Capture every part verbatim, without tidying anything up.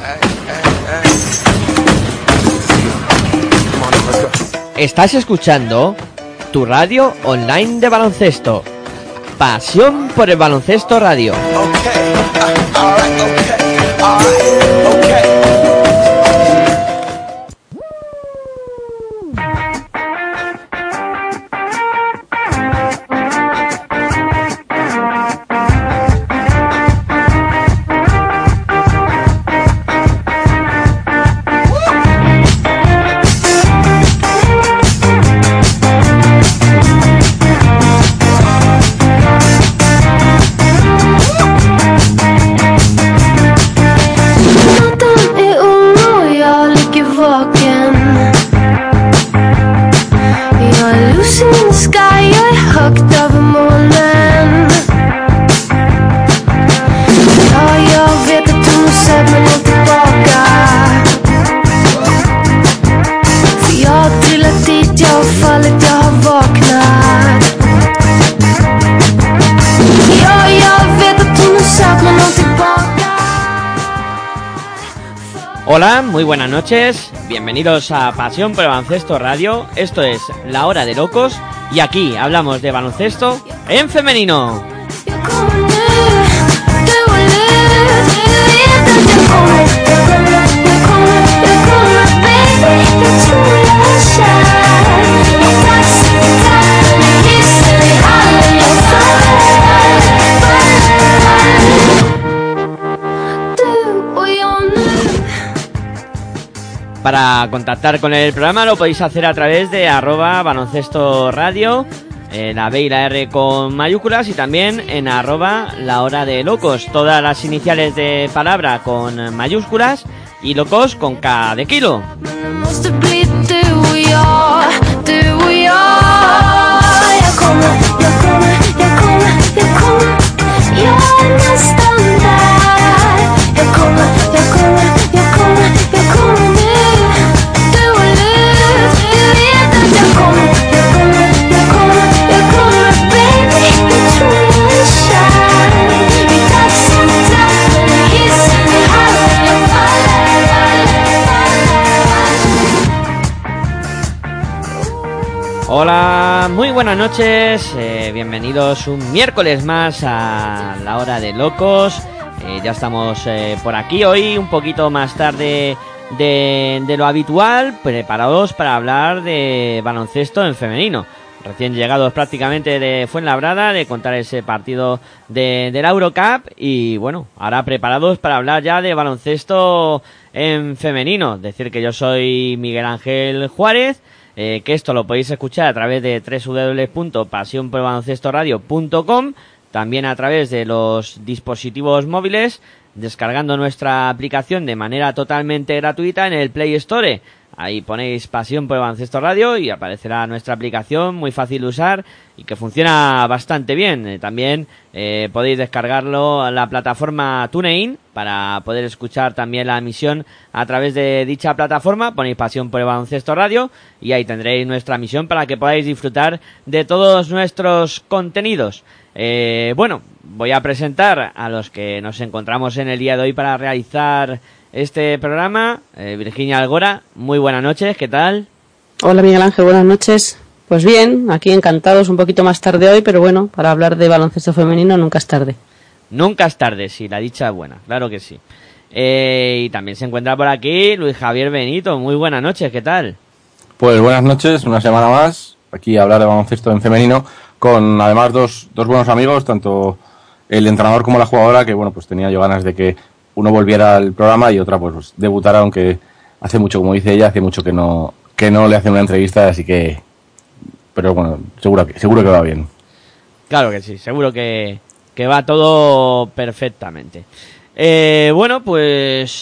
Estás escuchando tu radio online de baloncesto. Pasión por el baloncesto radio. Okay. Uh, all right, okay. All right, okay. Hola, muy buenas noches, bienvenidos a Pasión por el Baloncesto Radio. Esto es La Hora de Locos y aquí hablamos de baloncesto en femenino. Para contactar con el programa lo podéis hacer a través de arroba baloncesto radio, eh, la B y la R con mayúsculas, y también en arroba la hora de locos, todas las iniciales de palabra con mayúsculas y locos con K de kilo. Hola, muy buenas noches, eh, bienvenidos un miércoles más a La Hora de Locos. eh, Ya estamos eh, por aquí hoy un poquito más tarde de, de lo habitual, preparados para hablar de baloncesto en femenino. Recién llegados prácticamente de Fuenlabrada, de contar ese partido de, de la Eurocup, y bueno, ahora preparados para hablar ya de baloncesto en femenino. Decir que yo soy Miguel Ángel Juárez. Eh, que esto lo podéis escuchar a través de doble u doble u doble u punto pasión por el baloncesto radio punto com, también a través de los dispositivos móviles, descargando nuestra aplicación de manera totalmente gratuita en el Play Store. Ahí ponéis Pasión por el Baloncesto Radio y aparecerá nuestra aplicación, muy fácil de usar y que funciona bastante bien. Eh, también eh, podéis descargarlo a la plataforma TuneIn para poder escuchar también la emisión a través de dicha plataforma. Ponéis Pasión por el Baloncesto Radio y ahí tendréis nuestra emisión para que podáis disfrutar de todos nuestros contenidos. Eh, bueno, voy a presentar a los que nos encontramos en el día de hoy para realizar este programa. eh, Virginia Algora, muy buenas noches, ¿qué tal? Hola Miguel Ángel, buenas noches. Pues bien, aquí encantados, un poquito más tarde hoy, pero bueno, para hablar de baloncesto femenino nunca es tarde. Nunca es tarde, sí, la dicha es buena, claro que sí. Eh, y también se encuentra por aquí Luis Javier Benito, muy buenas noches, ¿qué tal? Pues buenas noches, una semana más, aquí a hablar de baloncesto en femenino, con además dos, dos buenos amigos, tanto el entrenador como la jugadora, que bueno, pues tenía yo ganas de que uno volviera al programa y otra pues debutara, aunque hace mucho, como dice ella, hace mucho que no que no le hacen una entrevista, así que, pero bueno, seguro que seguro que va bien. Claro que sí, seguro que, que va todo perfectamente. Eh, bueno, pues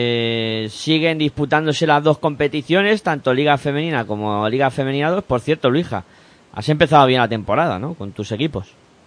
eh, siguen disputándose las dos competiciones, tanto Liga Femenina como Liga Femenina dos. Por cierto, Luija, has empezado bien la temporada, ¿no? Con tus equipos.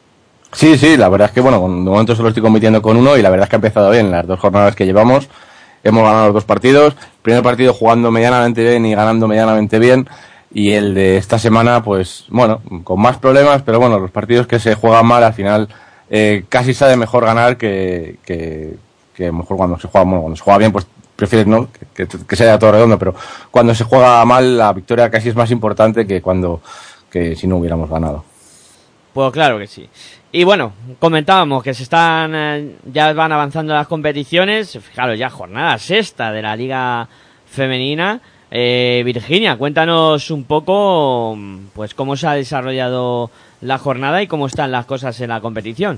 Sí, sí, la verdad es que, bueno, de momento solo estoy compitiendo con uno y la verdad es que ha empezado bien. Las dos jornadas que llevamos hemos ganado los dos partidos. Primer partido jugando medianamente bien y ganando medianamente bien. Y el de esta semana, pues, bueno, con más problemas, pero bueno, los partidos que se juegan mal, al final, eh, casi sabe mejor ganar que, que, que a lo mejor cuando se juega, bueno, cuando se juega bien, pues prefieres no que, que, que sea todo redondo, pero cuando se juega mal, la victoria casi es más importante que cuando que si no hubiéramos ganado. Pues claro que sí. Y bueno, comentábamos que se están eh, ya van avanzando las competiciones. Fijaros, ya jornada sexta de la Liga Femenina. Eh, Virginia, cuéntanos un poco pues cómo se ha desarrollado la jornada y cómo están las cosas en la competición.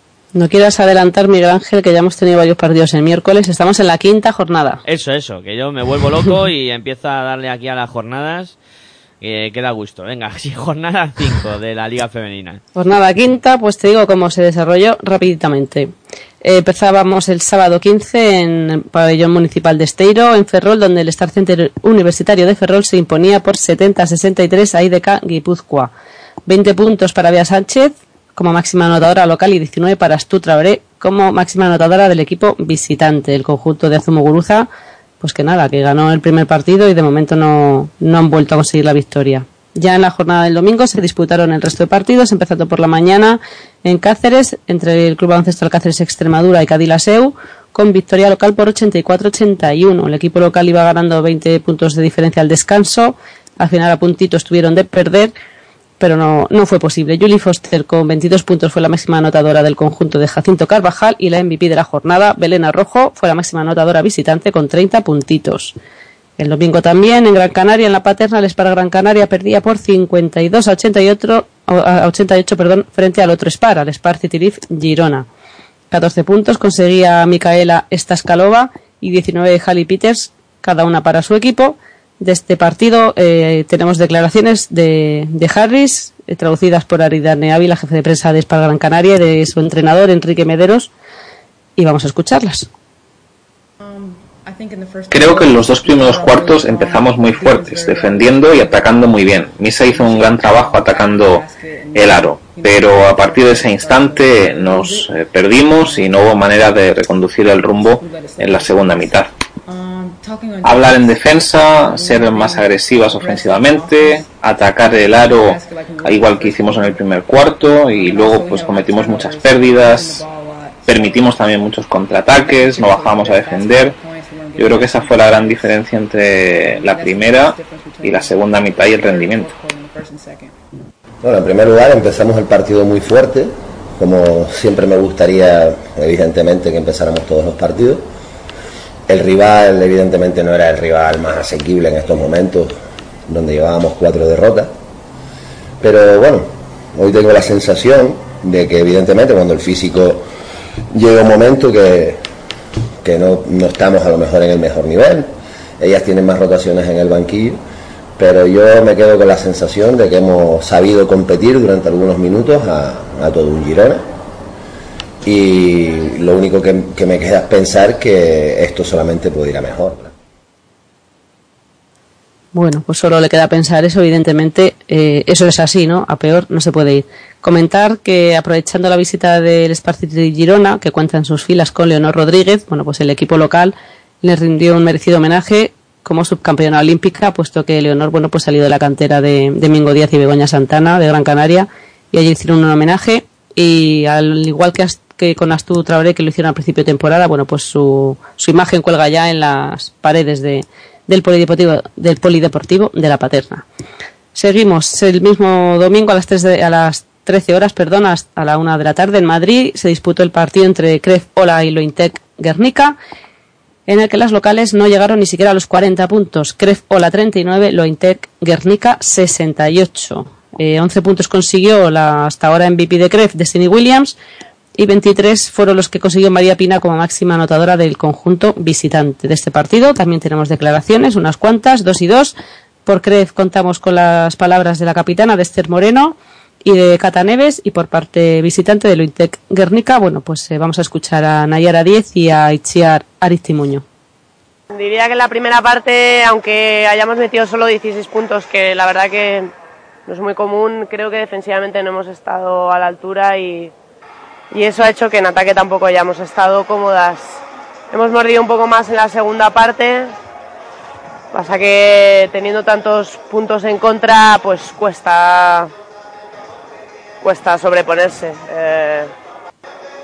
No quieras adelantar, Miguel Ángel, que ya hemos tenido varios partidos el miércoles. Estamos en la quinta jornada. Eso, eso, que yo me vuelvo loco y empiezo a darle aquí a las jornadas. Eh, que da gusto. Venga, sí, jornada cinco de la Liga Femenina. Jornada quinta, pues te digo cómo se desarrolló rapiditamente. Eh, empezábamos el sábado quince en el pabellón municipal de Esteiro, en Ferrol, donde el Star Center Universitario de Ferrol se imponía por setenta a sesenta y tres a I D K Guipúzcoa. veinte puntos para Bea Sánchez como máxima anotadora local y diecinueve para Astu Traoré como máxima anotadora del equipo visitante. El conjunto de Azumoguruza, pues que nada, que ganó el primer partido y de momento no, no han vuelto a conseguir la victoria. Ya en la jornada del domingo se disputaron el resto de partidos, empezando por la mañana en Cáceres, entre el Club Baloncesto Cáceres Extremadura y Cadilaseu, con victoria local por ochenta y cuatro a ochenta y uno. El equipo local iba ganando veinte puntos de diferencia al descanso, al final a puntitos tuvieron de perder, pero no, no fue posible. Julie Foster con veintidós puntos fue la máxima anotadora del conjunto de Jacinto Carvajal y la M V P de la jornada, Belén Arrojo, fue la máxima anotadora visitante con treinta puntitos. El domingo también en Gran Canaria, en la Paterna, el Spar Gran Canaria perdía por cincuenta y dos a ochenta y ocho, a ochenta y ocho perdón, frente al otro Spar, al Spar Citirif Girona. catorce puntos conseguía Micaela Staskalova y diecinueve de Halley Peters, cada una para su equipo. De este partido eh, tenemos declaraciones de, de Harris, eh, traducidas por Aridane Ávila, jefe de prensa de Spar Gran Canaria, y de su entrenador Enrique Mederos, y vamos a escucharlas. Creo que en los dos primeros cuartos empezamos muy fuertes, defendiendo y atacando muy bien. Misa hizo un gran trabajo atacando el aro, pero a partir de ese instante nos eh, perdimos y no hubo manera de reconducir el rumbo en la segunda mitad. Hablar en defensa, ser más agresivas ofensivamente, atacar el aro igual que hicimos en el primer cuarto y luego pues cometimos muchas pérdidas, permitimos también muchos contraataques, no bajábamos a defender. Yo creo que esa fue la gran diferencia entre la primera y la segunda mitad y el rendimiento. Bueno, en primer lugar empezamos el partido muy fuerte, como siempre me gustaría evidentemente que empezáramos todos los partidos. El rival evidentemente no era el rival más asequible en estos momentos, donde llevábamos cuatro derrotas, pero bueno, hoy tengo la sensación de que evidentemente cuando el físico llega un momento que, que no, no estamos a lo mejor en el mejor nivel, ellas tienen más rotaciones en el banquillo, pero yo me quedo con la sensación de que hemos sabido competir durante algunos minutos a, a todo un Girona. Y lo único que, que me queda es pensar que esto solamente puede ir a mejor. Bueno, pues solo le queda pensar eso, evidentemente, eh, eso es así, ¿no? A peor no se puede ir. Comentar que aprovechando la visita del Spar City Girona, que cuenta en sus filas con Leonor Rodríguez, bueno, pues el equipo local le rindió un merecido homenaje como subcampeona olímpica, puesto que Leonor, bueno, pues salió de la cantera de, de Mingo Díaz y Begoña Santana, de Gran Canaria, y allí hicieron un homenaje, y al igual que que con Astu Traoré, que lo hicieron al principio de temporada, bueno, pues su, su imagen cuelga ya en las paredes de, del polideportivo, del polideportivo de la Paterna. Seguimos el mismo domingo a las tres de, a las trece horas, perdón, a la una de la tarde en Madrid se disputó el partido entre Cref Ola y Lointec Guernica, en el que las locales no llegaron ni siquiera a los cuarenta puntos. Cref Ola treinta y nueve, Lointec Guernica sesenta y ocho. Eh, once puntos consiguió la hasta ahora M V P de Cref, Destiny Williams, y veintitrés fueron los que consiguió María Pina como máxima anotadora del conjunto visitante de este partido. También tenemos declaraciones, unas cuantas, dos y dos. Por Cref contamos con las palabras de la capitana, de Esther Moreno, y de Cata Neves, y por parte visitante de Lointec Guernica, bueno, pues eh, vamos a escuchar a Nayara Diez y a Itziar Aristimuño. Diría que en la primera parte, aunque hayamos metido solo dieciséis puntos, que la verdad que no es muy común, creo que defensivamente no hemos estado a la altura y Y eso ha hecho que en ataque tampoco hayamos estado cómodas. Hemos mordido un poco más en la segunda parte. Pasa que teniendo tantos puntos en contra, pues cuesta, cuesta sobreponerse. Eh,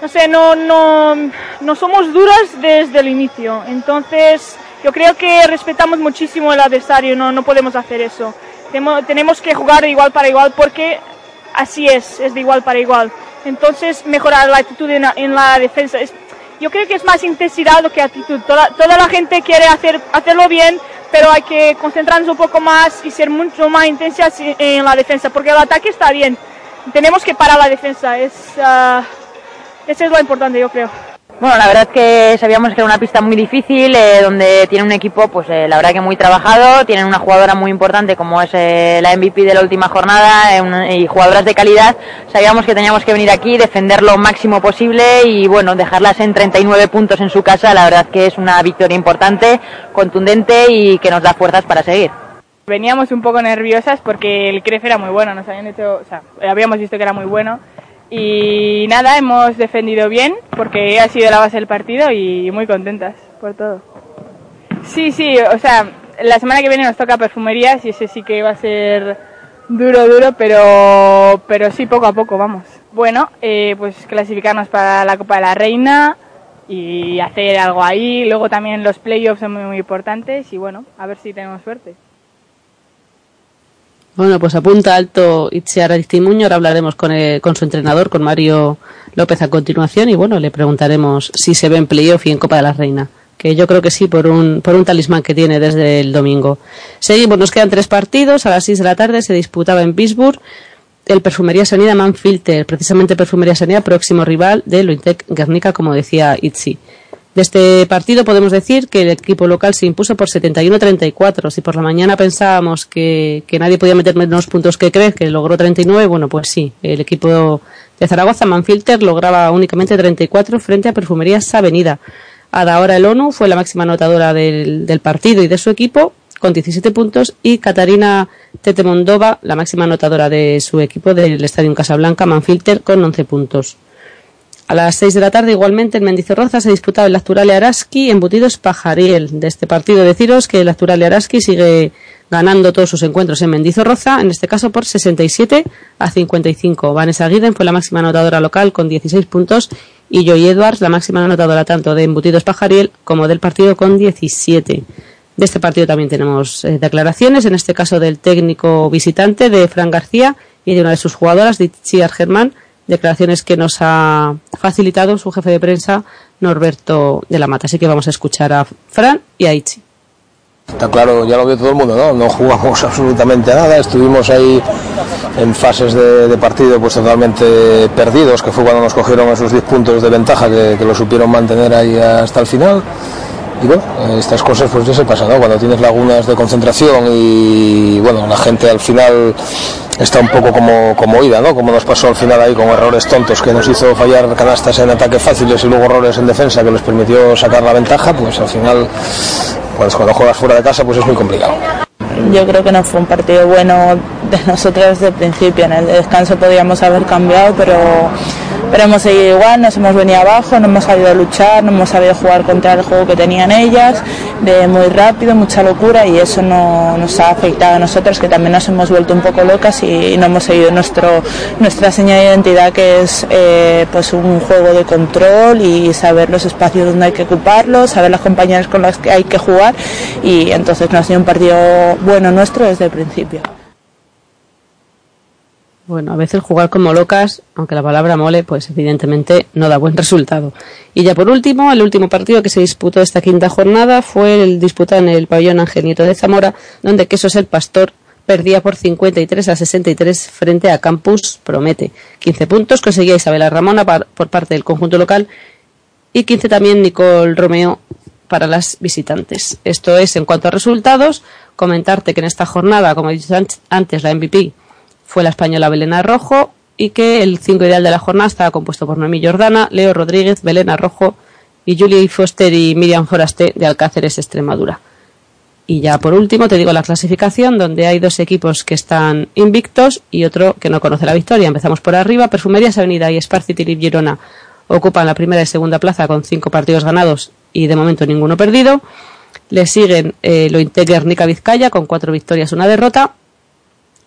no sé, no, no, no somos duras desde el inicio. Entonces, yo creo que respetamos muchísimo al adversario, no, no podemos hacer eso. Tenemos, tenemos que jugar de igual para igual porque así es, es de igual para igual. Entonces, mejorar la actitud en la, en la defensa. Es, yo creo que es más intensidad que actitud. Toda, toda la gente quiere hacer, hacerlo bien, pero hay que concentrarnos un poco más y ser mucho más intensas en la defensa, porque el ataque está bien. Tenemos que parar la defensa, es, uh, eso es lo importante, yo creo. Bueno, la verdad es que sabíamos que era una pista muy difícil, eh, donde tiene un equipo, pues eh, la verdad que muy trabajado, tienen una jugadora muy importante como es eh, la M V P de la última jornada, eh, un, y jugadoras de calidad. Sabíamos que teníamos que venir aquí, defender lo máximo posible y bueno, dejarlas en treinta y nueve puntos en su casa. La verdad que es una victoria importante, contundente y que nos da fuerzas para seguir. Veníamos un poco nerviosas porque el C R E F era muy bueno, nos habían hecho, o sea, habíamos visto que era muy bueno. Y nada, hemos defendido bien porque ha sido la base del partido y muy contentas por todo. Sí, sí, o sea, la semana que viene nos toca perfumerías y ese sí que va a ser duro, duro, pero, pero sí, poco a poco, vamos. Bueno, eh, pues clasificarnos para la Copa de la Reina y hacer algo ahí. Luego también los playoffs son muy, muy importantes y bueno, a ver si tenemos suerte. Bueno, pues apunta alto Itziar Aristimuño. Ahora hablaremos con, el, con su entrenador, con Mario López a continuación, y bueno, le preguntaremos si se ve en playoff y en Copa de la Reina, que yo creo que sí, por un, por un talismán que tiene desde el domingo. Seguimos, nos quedan tres partidos. A las seis de la tarde se disputaba en Pittsburgh el Perfumería Sanidad Manfilter, precisamente Perfumería Sanidad, próximo rival de Lointec Guernica, como decía Itzi. De este partido podemos decir que el equipo local se impuso por setenta y uno a treinta y cuatro. Si por la mañana pensábamos que, que nadie podía meter menos puntos que Crez, que logró treinta y nueve, bueno, pues sí, el equipo de Zaragoza, Manfilter, lograba únicamente treinta y cuatro frente a Perfumerías Avenida. Adaora El Onu fue la máxima anotadora del, del partido y de su equipo, con diecisiete puntos, y Catarina Tetemondova, la máxima anotadora de su equipo del Estadio Casablanca, Manfilter, con once puntos. A las seis de la tarde, igualmente, en Mendizorroza se disputaba el Acturale Araski Embutidos Pajariel. De este partido deciros que el Acturale Araski sigue ganando todos sus encuentros en Mendizorroza, en este caso por sesenta y siete a cincuenta y cinco. Vanessa Guiden fue la máxima anotadora local con dieciséis puntos y Joy Edwards la máxima anotadora tanto de Embutidos Pajariel como del partido con diecisiete. De este partido también tenemos eh, declaraciones, en este caso del técnico visitante de Fran García y de una de sus jugadoras, de Itziar Germán, declaraciones que nos ha facilitado su jefe de prensa, Norberto de la Mata. Así que vamos a escuchar a Fran y a Itzi. Está claro, ya lo vio todo el mundo, ¿no? No jugamos absolutamente a nada, estuvimos ahí en fases de, de partido pues totalmente perdidos, que fue cuando nos cogieron esos diez puntos de ventaja que, que lo supieron mantener ahí hasta el final. Y bueno, estas cosas pues ya se pasan, ¿no? Cuando tienes lagunas de concentración y bueno, la gente al final está un poco como, como oída, ¿no? Como nos pasó al final ahí con errores tontos que nos hizo fallar canastas en ataques fáciles y luego errores en defensa que les permitió sacar la ventaja, pues al final pues cuando juegas fuera de casa pues es muy complicado. Yo creo que no fue un partido bueno de nosotras desde el principio. En el descanso podíamos haber cambiado, pero, pero hemos seguido igual, nos hemos venido abajo, no hemos sabido luchar, no hemos sabido jugar contra el juego que tenían ellas, de muy rápido, mucha locura, y eso no nos ha afectado a nosotros, que también nos hemos vuelto un poco locas y no hemos seguido nuestro, nuestra señal de identidad, que es eh, pues un juego de control y saber los espacios donde hay que ocuparlos, saber las compañeras con las que hay que jugar, y entonces no ha sido un partido bueno nuestro desde el principio. Bueno, a veces jugar como locas, aunque la palabra mole, pues evidentemente no da buen resultado. Y ya por último, el último partido que se disputó esta quinta jornada fue el disputado en el pabellón Ángel Nieto de Zamora, donde Quesos el Pastor perdía por cincuenta y tres a sesenta y tres frente a Campus Promete. quince puntos conseguía Isabela Ramona por parte del conjunto local y quince también Nicole Romeo para las visitantes. Esto es en cuanto a resultados. Comentarte que en esta jornada, como he dicho antes, la M V P fue la española Belén Arrojo y que el cinco ideal de la jornada estaba compuesto por Noemí Jordana, Leo Rodríguez, Belén Arrojo y Julie Foster y Miriam Forasté de Alcáceres, Extremadura. Y ya por último te digo la clasificación, donde hay dos equipos que están invictos y otro que no conoce la victoria. Empezamos por arriba. Perfumerías Avenida y Spar City Lip Girona ocupan la primera y segunda plaza con cinco partidos ganados y de momento ninguno perdido. Le siguen eh, Lointec Guernica Vizcaya con cuatro victorias, una derrota.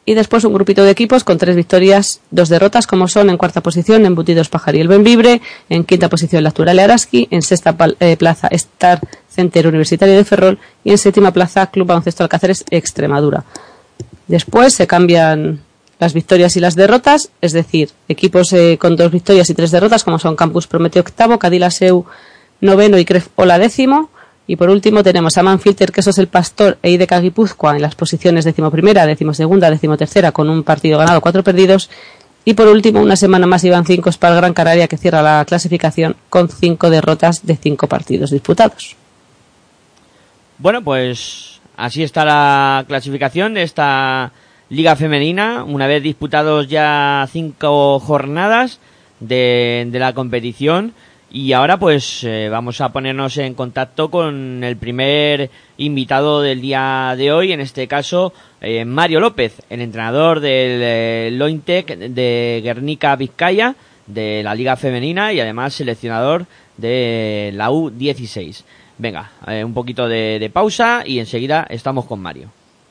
Y después un grupito de equipos con tres victorias, dos derrotas, como son en cuarta posición Embutidos Pajar y el Bembibre, en quinta posición la Actual Araski, en sexta eh, plaza Star Center Universitario de Ferrol y en séptima plaza Club Baloncesto Alcáceres Extremadura. Después se cambian las victorias y las derrotas, es decir, equipos eh, con dos victorias y tres derrotas, como son Campus Prometeo octavo, Cadilaseu noveno y Cref Ola décimo. Y por último tenemos a Manfilter, Quesos el Pastor e I D K Guipúzcoa en las posiciones decimoprimera, decimosegunda, decimotercera, con un partido ganado, cuatro perdidos. Y por último, una semana más Iván cinco para el Gran Canaria, que cierra la clasificación con cinco derrotas de cinco partidos disputados. Bueno, pues así está la clasificación de esta Liga Femenina, una vez disputados ya cinco jornadas de, de la competición. Y ahora pues eh, vamos a ponernos en contacto con el primer invitado del día de hoy, en este caso eh, Mario López, el entrenador del eh, Lointec de Guernica Vizcaya, de la Liga Femenina y además seleccionador de la U dieciséis. Venga, eh, un poquito de, de pausa y enseguida estamos con Mario.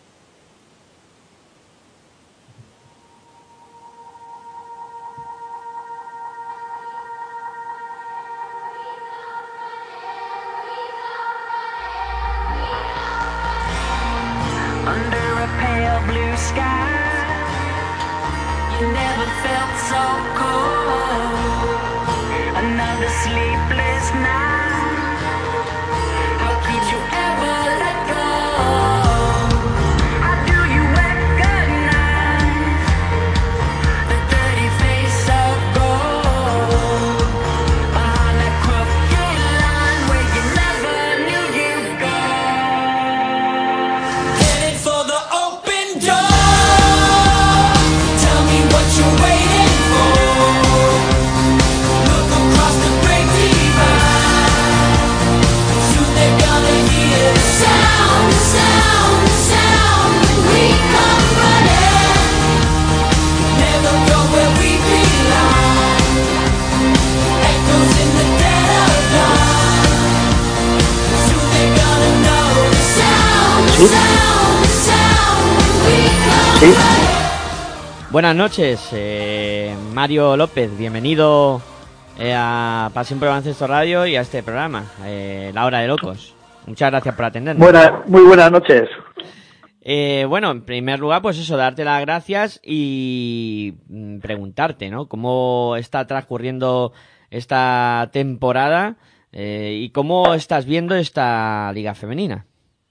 Sí. Buenas noches, eh, Mario López, bienvenido eh, a Pasión por Baloncesto Radio y a este programa, eh, La Hora de Locos. Muchas gracias por atendernos. Buena, muy buenas noches. Eh, bueno, en primer lugar, pues eso, darte las gracias y mm, preguntarte, ¿no? ¿Cómo está transcurriendo esta temporada eh, y cómo estás viendo esta Liga Femenina?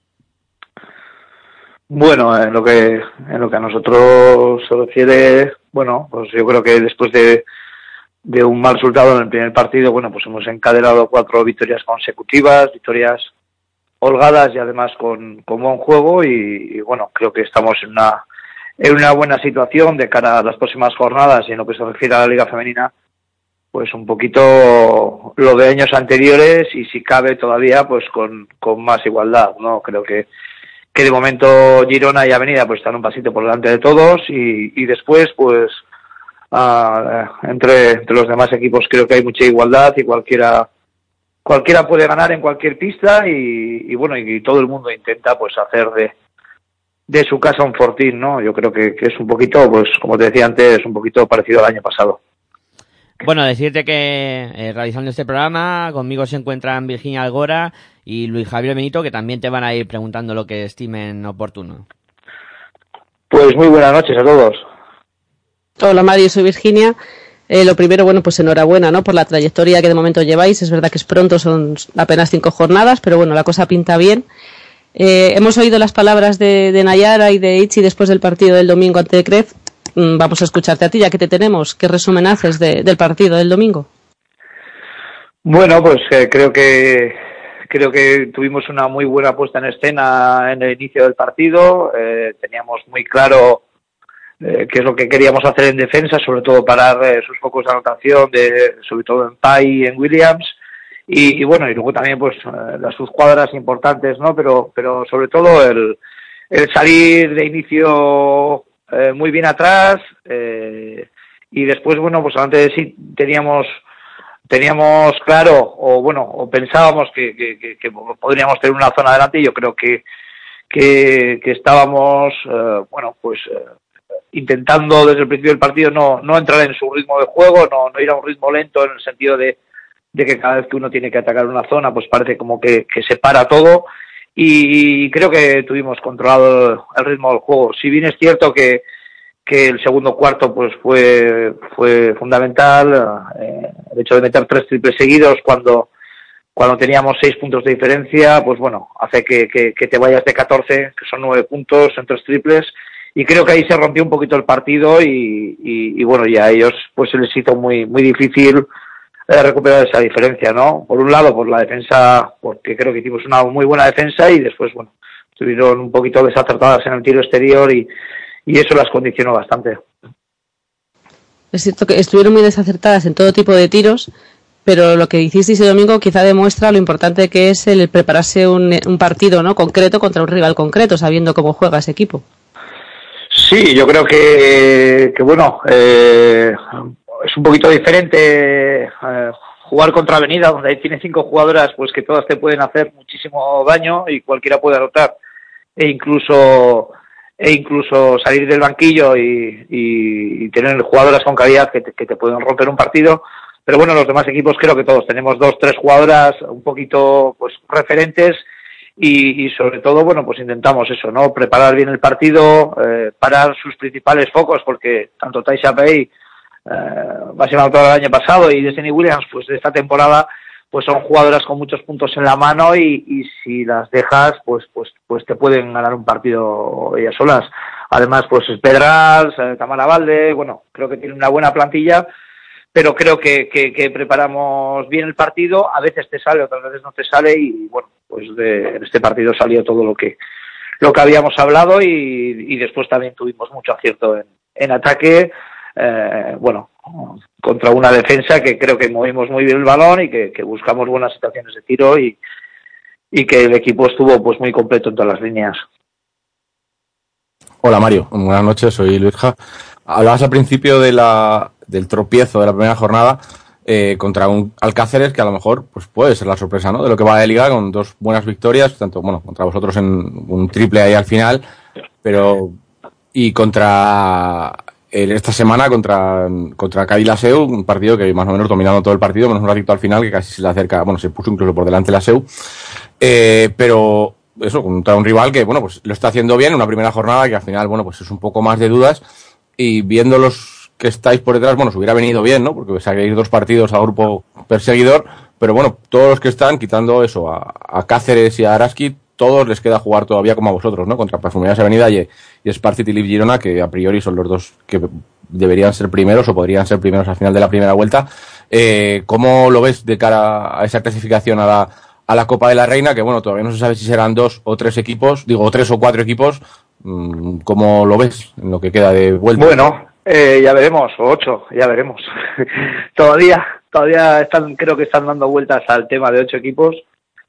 Bueno, en lo que en lo que a nosotros se refiere, bueno, pues yo creo que después de, de un mal resultado en el primer partido, bueno, pues hemos encadenado cuatro victorias consecutivas, victorias holgadas y además con, con buen juego y, y bueno, creo que estamos en una en una buena situación de cara a las próximas jornadas y en lo que se refiere a la Liga Femenina, pues un poquito lo de años anteriores y si cabe todavía pues con, con más igualdad, ¿no? Creo que que de momento Girona y Avenida pues están un pasito por delante de todos y, y después pues uh, entre, entre los demás equipos creo que hay mucha igualdad y cualquiera cualquiera puede ganar en cualquier pista y, y bueno y, y todo el mundo intenta pues hacer de de su casa un fortín, ¿no? Yo creo que, que es un poquito, pues como te decía antes, un poquito parecido al año pasado. Bueno, decirte que eh, realizando este programa conmigo se encuentran Virginia Algora y Luis Javier Benito, que también te van a ir preguntando lo que estimen oportuno. Pues muy buenas noches a todos. Hola Mario, soy Virginia. Eh, lo primero, bueno, pues enhorabuena, ¿no? Por la trayectoria que de momento lleváis. Es verdad que es pronto, son apenas cinco jornadas, pero bueno, la cosa pinta bien. Eh, hemos oído las palabras de, de Nayara y de Itzi después del partido del domingo ante Cref. Mm, vamos a escucharte a ti, ya que te tenemos. ¿Qué resumen haces de, del partido del domingo? Bueno, pues eh, creo que creo que tuvimos una muy buena puesta en escena en el inicio del partido. Eh, teníamos muy claro eh, qué es lo que queríamos hacer en defensa, sobre todo parar eh, sus focos de anotación, de, sobre todo en Pai y en Williams. Y, y bueno, y luego también pues eh, las subcuadras importantes, ¿no? Pero pero sobre todo el, el salir de inicio eh, muy bien atrás eh, y después, bueno, pues antes sí teníamos teníamos claro o bueno o pensábamos que, que, que, que podríamos tener una zona adelante y yo creo que que, que estábamos eh, bueno pues eh, intentando desde el principio del partido no, no entrar en su ritmo de juego, no, no ir a un ritmo lento en el sentido de, de que cada vez que uno tiene que atacar una zona, pues parece como que, que se para todo, y creo que tuvimos controlado el ritmo del juego. Si bien es cierto que, que el segundo cuarto pues fue, fue fundamental, eh, el hecho de meter tres triples seguidos cuando Cuando teníamos seis puntos de diferencia, pues bueno, hace que, que, que te vayas de catorce, que son nueve puntos en tres triples, y creo que ahí se rompió un poquito el partido y, y, y bueno, ya a ellos pues se les hizo muy muy difícil eh, recuperar esa diferencia, ¿no? Por un lado, por la defensa, porque creo que hicimos una muy buena defensa, y después, bueno, estuvieron un poquito desacertadas en el tiro exterior y, y eso las condicionó bastante. Es cierto que estuvieron muy desacertadas en todo tipo de tiros, pero lo que hicisteis el domingo quizá demuestra lo importante que es el prepararse un, un partido, ¿no?, concreto contra un rival concreto, sabiendo cómo juega ese equipo. Sí, yo creo que, que bueno, eh, es un poquito diferente eh, jugar contra Avenida, donde ahí tiene cinco jugadoras pues que todas te pueden hacer muchísimo daño y cualquiera puede anotar, e incluso e incluso salir del banquillo y, y, y tener jugadoras con calidad que te, que te pueden romper un partido. Pero bueno, los demás equipos creo que todos tenemos dos, tres jugadoras un poquito pues referentes y, y sobre todo, bueno, pues intentamos eso, ¿no? Preparar bien el partido, eh, parar sus principales focos, porque tanto Taisha Pei, eh, básicamente todo el año pasado, y Destiny Williams, pues de esta temporada, pues son jugadoras con muchos puntos en la mano y, y si las dejas, pues pues pues te pueden ganar un partido ellas solas. Además, pues Pedras, eh, Tamara Valde, bueno, creo que tiene una buena plantilla, pero creo que, que, que preparamos bien el partido. A veces te sale, otras veces no te sale, y bueno, pues de, en este partido salió todo lo que lo que habíamos hablado, y, y después también tuvimos mucho acierto en, en ataque, eh, bueno, contra una defensa que creo que movimos muy bien el balón y que, que buscamos buenas situaciones de tiro, y, y que el equipo estuvo pues muy completo en todas las líneas. Hola Mario, buenas noches, soy Luisja. Hablabas al principio de la, del tropiezo de la primera jornada eh, contra un Alcáceres que a lo mejor pues puede ser la sorpresa, ¿no?, de lo que va de liga, con dos buenas victorias, tanto bueno contra vosotros en un triple ahí al final, pero y contra eh, esta semana contra contra Cádiz la S E U, un partido que más o menos dominando todo el partido, menos un ratito al final que casi se le acerca, bueno, se puso incluso por delante la S E U, eh, pero eso, contra un rival que bueno pues lo está haciendo bien, una primera jornada que al final bueno pues es un poco más de dudas. Y viendo los que estáis por detrás, bueno, os hubiera venido bien, ¿no?, porque saquéis dos partidos a grupo perseguidor, pero bueno, todos los que están, quitando eso, a, a Cáceres y a Araski, todos les queda jugar todavía como a vosotros, ¿no?, contra Perfumerías Avenida y, y Spark City Live Girona, que a priori son los dos que deberían ser primeros o podrían ser primeros al final de la primera vuelta. Eh, ¿Cómo lo ves de cara a esa clasificación a la, a la Copa de la Reina? Que bueno, todavía no se sabe si serán dos o tres equipos, digo, tres o cuatro equipos. ¿Cómo lo ves en lo que queda de vuelta? Bueno, eh, ya veremos, o ocho, ya veremos. todavía todavía están, creo que están dando vueltas al tema de ocho equipos.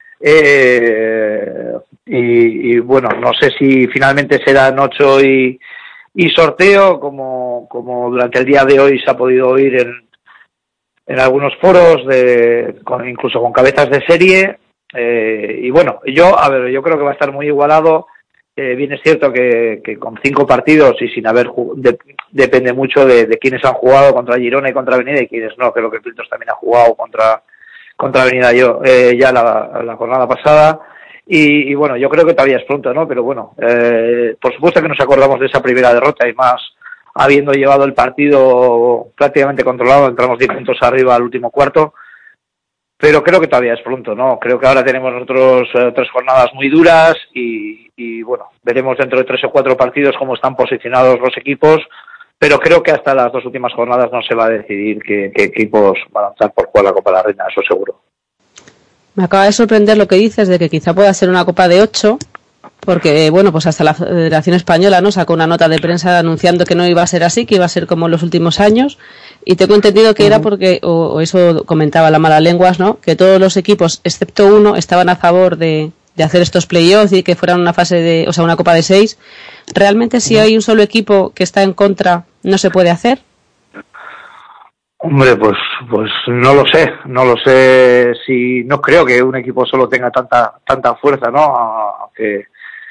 Eh, y, y bueno, no sé si finalmente serán ocho y, y sorteo, como, como durante el día de hoy se ha podido oír en, en algunos foros, de, con, incluso con cabezas de serie. Eh, y bueno, yo, a ver, yo creo que va a estar muy igualado. Eh, bien es cierto que, que con cinco partidos y sin haber de, depende mucho de, de quiénes han jugado contra Girona y contra Avenida y quiénes no. Creo que Piltos también ha jugado contra contra Avenida yo eh, ya la, la jornada pasada y, y bueno, yo creo que todavía es pronto, ¿no? Pero bueno, eh, por supuesto que nos acordamos de esa primera derrota, y más habiendo llevado el partido prácticamente controlado, entramos diez puntos arriba al último cuarto. Pero creo que todavía es pronto, ¿no? Creo que ahora tenemos nosotros eh, tres jornadas muy duras y, y, bueno, veremos dentro de tres o cuatro partidos cómo están posicionados los equipos, pero creo que hasta las dos últimas jornadas no se va a decidir qué, qué equipos van a optar por jugar la Copa de la Reina, eso seguro. Me acaba de sorprender lo que dices de que quizá pueda ser una Copa de ocho, porque, bueno, pues hasta la Federación Española, ¿no?, sacó una nota de prensa anunciando que no iba a ser así, que iba a ser como en los últimos años, y tengo entendido que era porque, o, o eso comentaba la mala lenguas, ¿no?, que todos los equipos, excepto uno, estaban a favor de, de hacer estos playoffs y que fueran una fase de, o sea, una Copa de seis. ¿Realmente si hay un solo equipo que está en contra, no se puede hacer? Hombre, pues pues no lo sé, no lo sé si no creo que un equipo solo tenga tanta tanta fuerza, ¿no? Aunque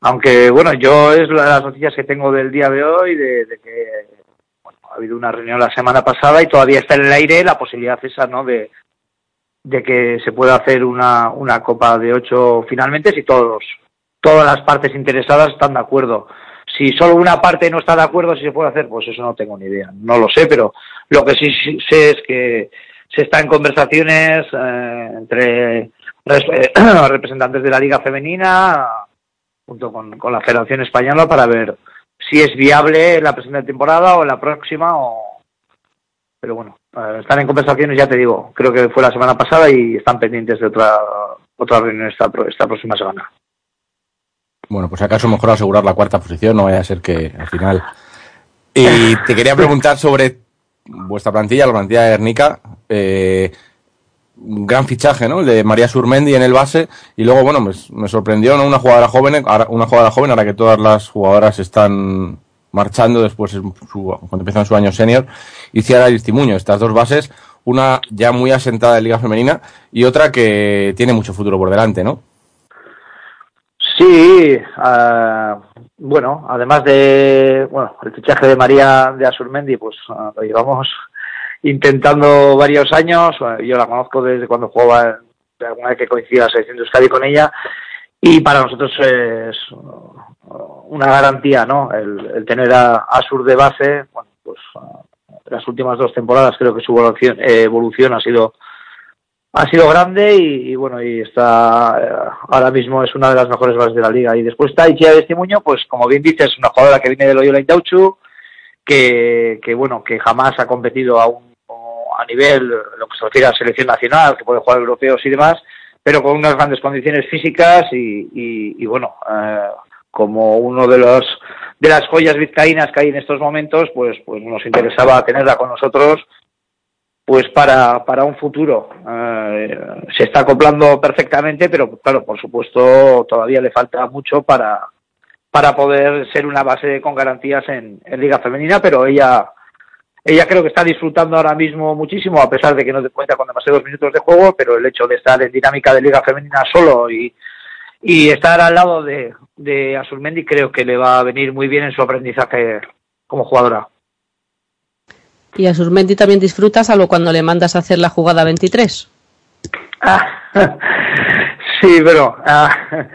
Aunque, bueno, yo es una de las noticias que tengo del día de hoy, de, de que bueno, ha habido una reunión la semana pasada y todavía está en el aire la posibilidad esa, ¿no?, de, de que se pueda hacer una, una Copa de ocho finalmente, si todos, todas las partes interesadas están de acuerdo. Si solo una parte no está de acuerdo si se puede hacer, pues eso no tengo ni idea, no lo sé, pero lo que sí sé es que se está en conversaciones eh, entre representantes de la Liga Femenina junto con, con la Federación Española para ver si es viable la presente temporada o en la próxima, o... pero bueno, eh, están en conversaciones, ya te digo, creo que fue la semana pasada y están pendientes de otra otra reunión esta, esta próxima semana. Bueno, pues acaso mejor asegurar la cuarta posición, no vaya a ser que al final... Y te quería preguntar sobre vuestra plantilla, la plantilla de Guernica, eh, un gran fichaje, ¿no?, el de María Surmendi en el base, y luego, bueno, pues me sorprendió, ¿no?, una jugadora joven, una jugadora joven, ahora que todas las jugadoras están marchando después, su, cuando empiezan su año senior, y Ciara Aristimuño, estas dos bases, una ya muy asentada en Liga Femenina y otra que tiene mucho futuro por delante, ¿no? Sí, uh, bueno, además de, bueno, el fichaje de María de Asurmendi, pues uh, lo llevamos intentando varios años. Yo la conozco desde cuando jugaba, de alguna vez que coincidía la selección de Euskadi con ella, y para nosotros es una garantía, ¿no?, el, el tener a Asur de base. Bueno, pues uh, las últimas dos temporadas creo que su evolución, eh, evolución ha sido ha sido grande y, y bueno, y está eh, ahora mismo es una de las mejores bases de la liga. Y después está Itxia Aristimuño, pues como bien dices, una jugadora que viene del Loyola Indautxu, que, que bueno, que jamás ha competido a un a nivel, lo que se refiere a selección nacional, que puede jugar europeos y demás, pero con unas grandes condiciones físicas y, y, y bueno, eh, como uno de los de las joyas vizcaínas que hay en estos momentos, pues pues nos interesaba tenerla con nosotros, pues para para un futuro. Eh, se está acoplando perfectamente, pero claro, por supuesto, todavía le falta mucho para para poder ser una base con garantías en, en Liga Femenina, pero ella ella creo que está disfrutando ahora mismo muchísimo, a pesar de que no te cuenta con demasiados minutos de juego, pero el hecho de estar en dinámica de Liga Femenina solo y y estar al lado de, de Asurmendi creo que le va a venir muy bien en su aprendizaje como jugadora. ¿Y Asurmendi también disfruta, salvo cuando le mandas a hacer la jugada veintitrés? Ah, sí, pero ah,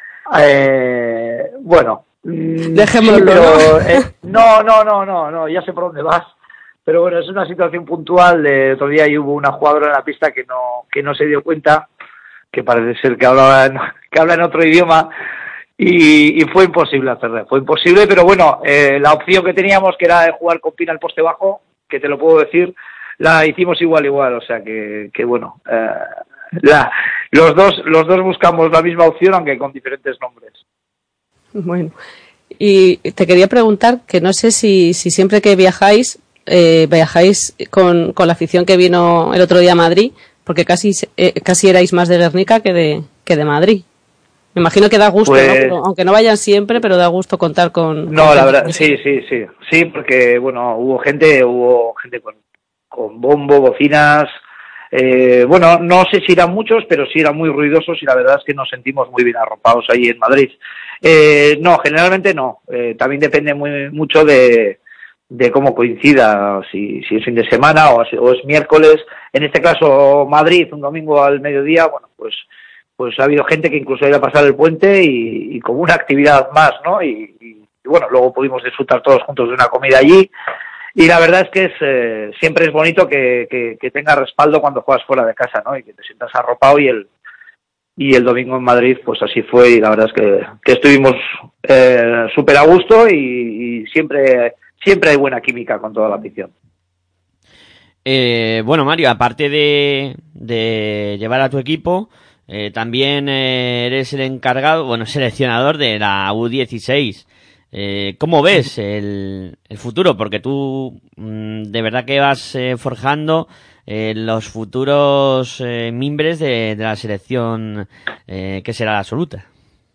eh, bueno, dejémoslo. Sí, pero, eh, no, no, no, no, no, ya sé por dónde vas. Pero bueno, es una situación puntual. De otro día y hubo una jugadora en la pista que no que no se dio cuenta, que parece ser que hablaba en, que habla en otro idioma, y, y fue imposible hacerle, fue imposible, pero bueno, eh, la opción que teníamos, que era jugar con Pina al poste bajo, que te lo puedo decir, la hicimos igual igual, o sea que, que bueno, eh, la, los dos los dos buscamos la misma opción, aunque con diferentes nombres. Bueno, y te quería preguntar, que no sé si, si siempre que viajáis, eh, viajáis con, con la afición que vino el otro día a Madrid, porque casi eh, casi erais más de Guernica que de que de Madrid. Me imagino que da gusto, pues, ¿no? Pero, aunque no vayan siempre, pero da gusto contar con... No, con la verdad, sí, sí, sí. Sí, porque, bueno, hubo gente, hubo gente con, con bombo, bocinas... Eh, bueno, no sé si eran muchos, pero sí eran muy ruidosos y la verdad es que nos sentimos muy bien arropados ahí en Madrid. Eh, no, generalmente no. Eh, también depende muy mucho de, de cómo coincida, si, si es fin de semana o, o es miércoles. En este caso, Madrid, un domingo al mediodía, bueno, pues pues ha habido gente que incluso ha ido a pasar el puente y, y como una actividad más, ¿no? Y, y, y bueno, luego pudimos disfrutar todos juntos de una comida allí. Y la verdad es que es eh, siempre es bonito que, que, que tenga respaldo cuando juegas fuera de casa, ¿no? Y que te sientas arropado, y el y el domingo en Madrid, pues así fue, y la verdad es que, que estuvimos eh, súper a gusto y, y siempre siempre hay buena química con toda la afición. Eh, bueno, Mario, aparte de, de llevar a tu equipo, eh, también eh, eres el encargado, bueno, seleccionador de la U dieciséis. Eh, ¿Cómo ves el, el futuro? Porque tú mmm, de verdad que vas eh, forjando eh, los futuros eh, miembros de, de la selección eh, que será la absoluta.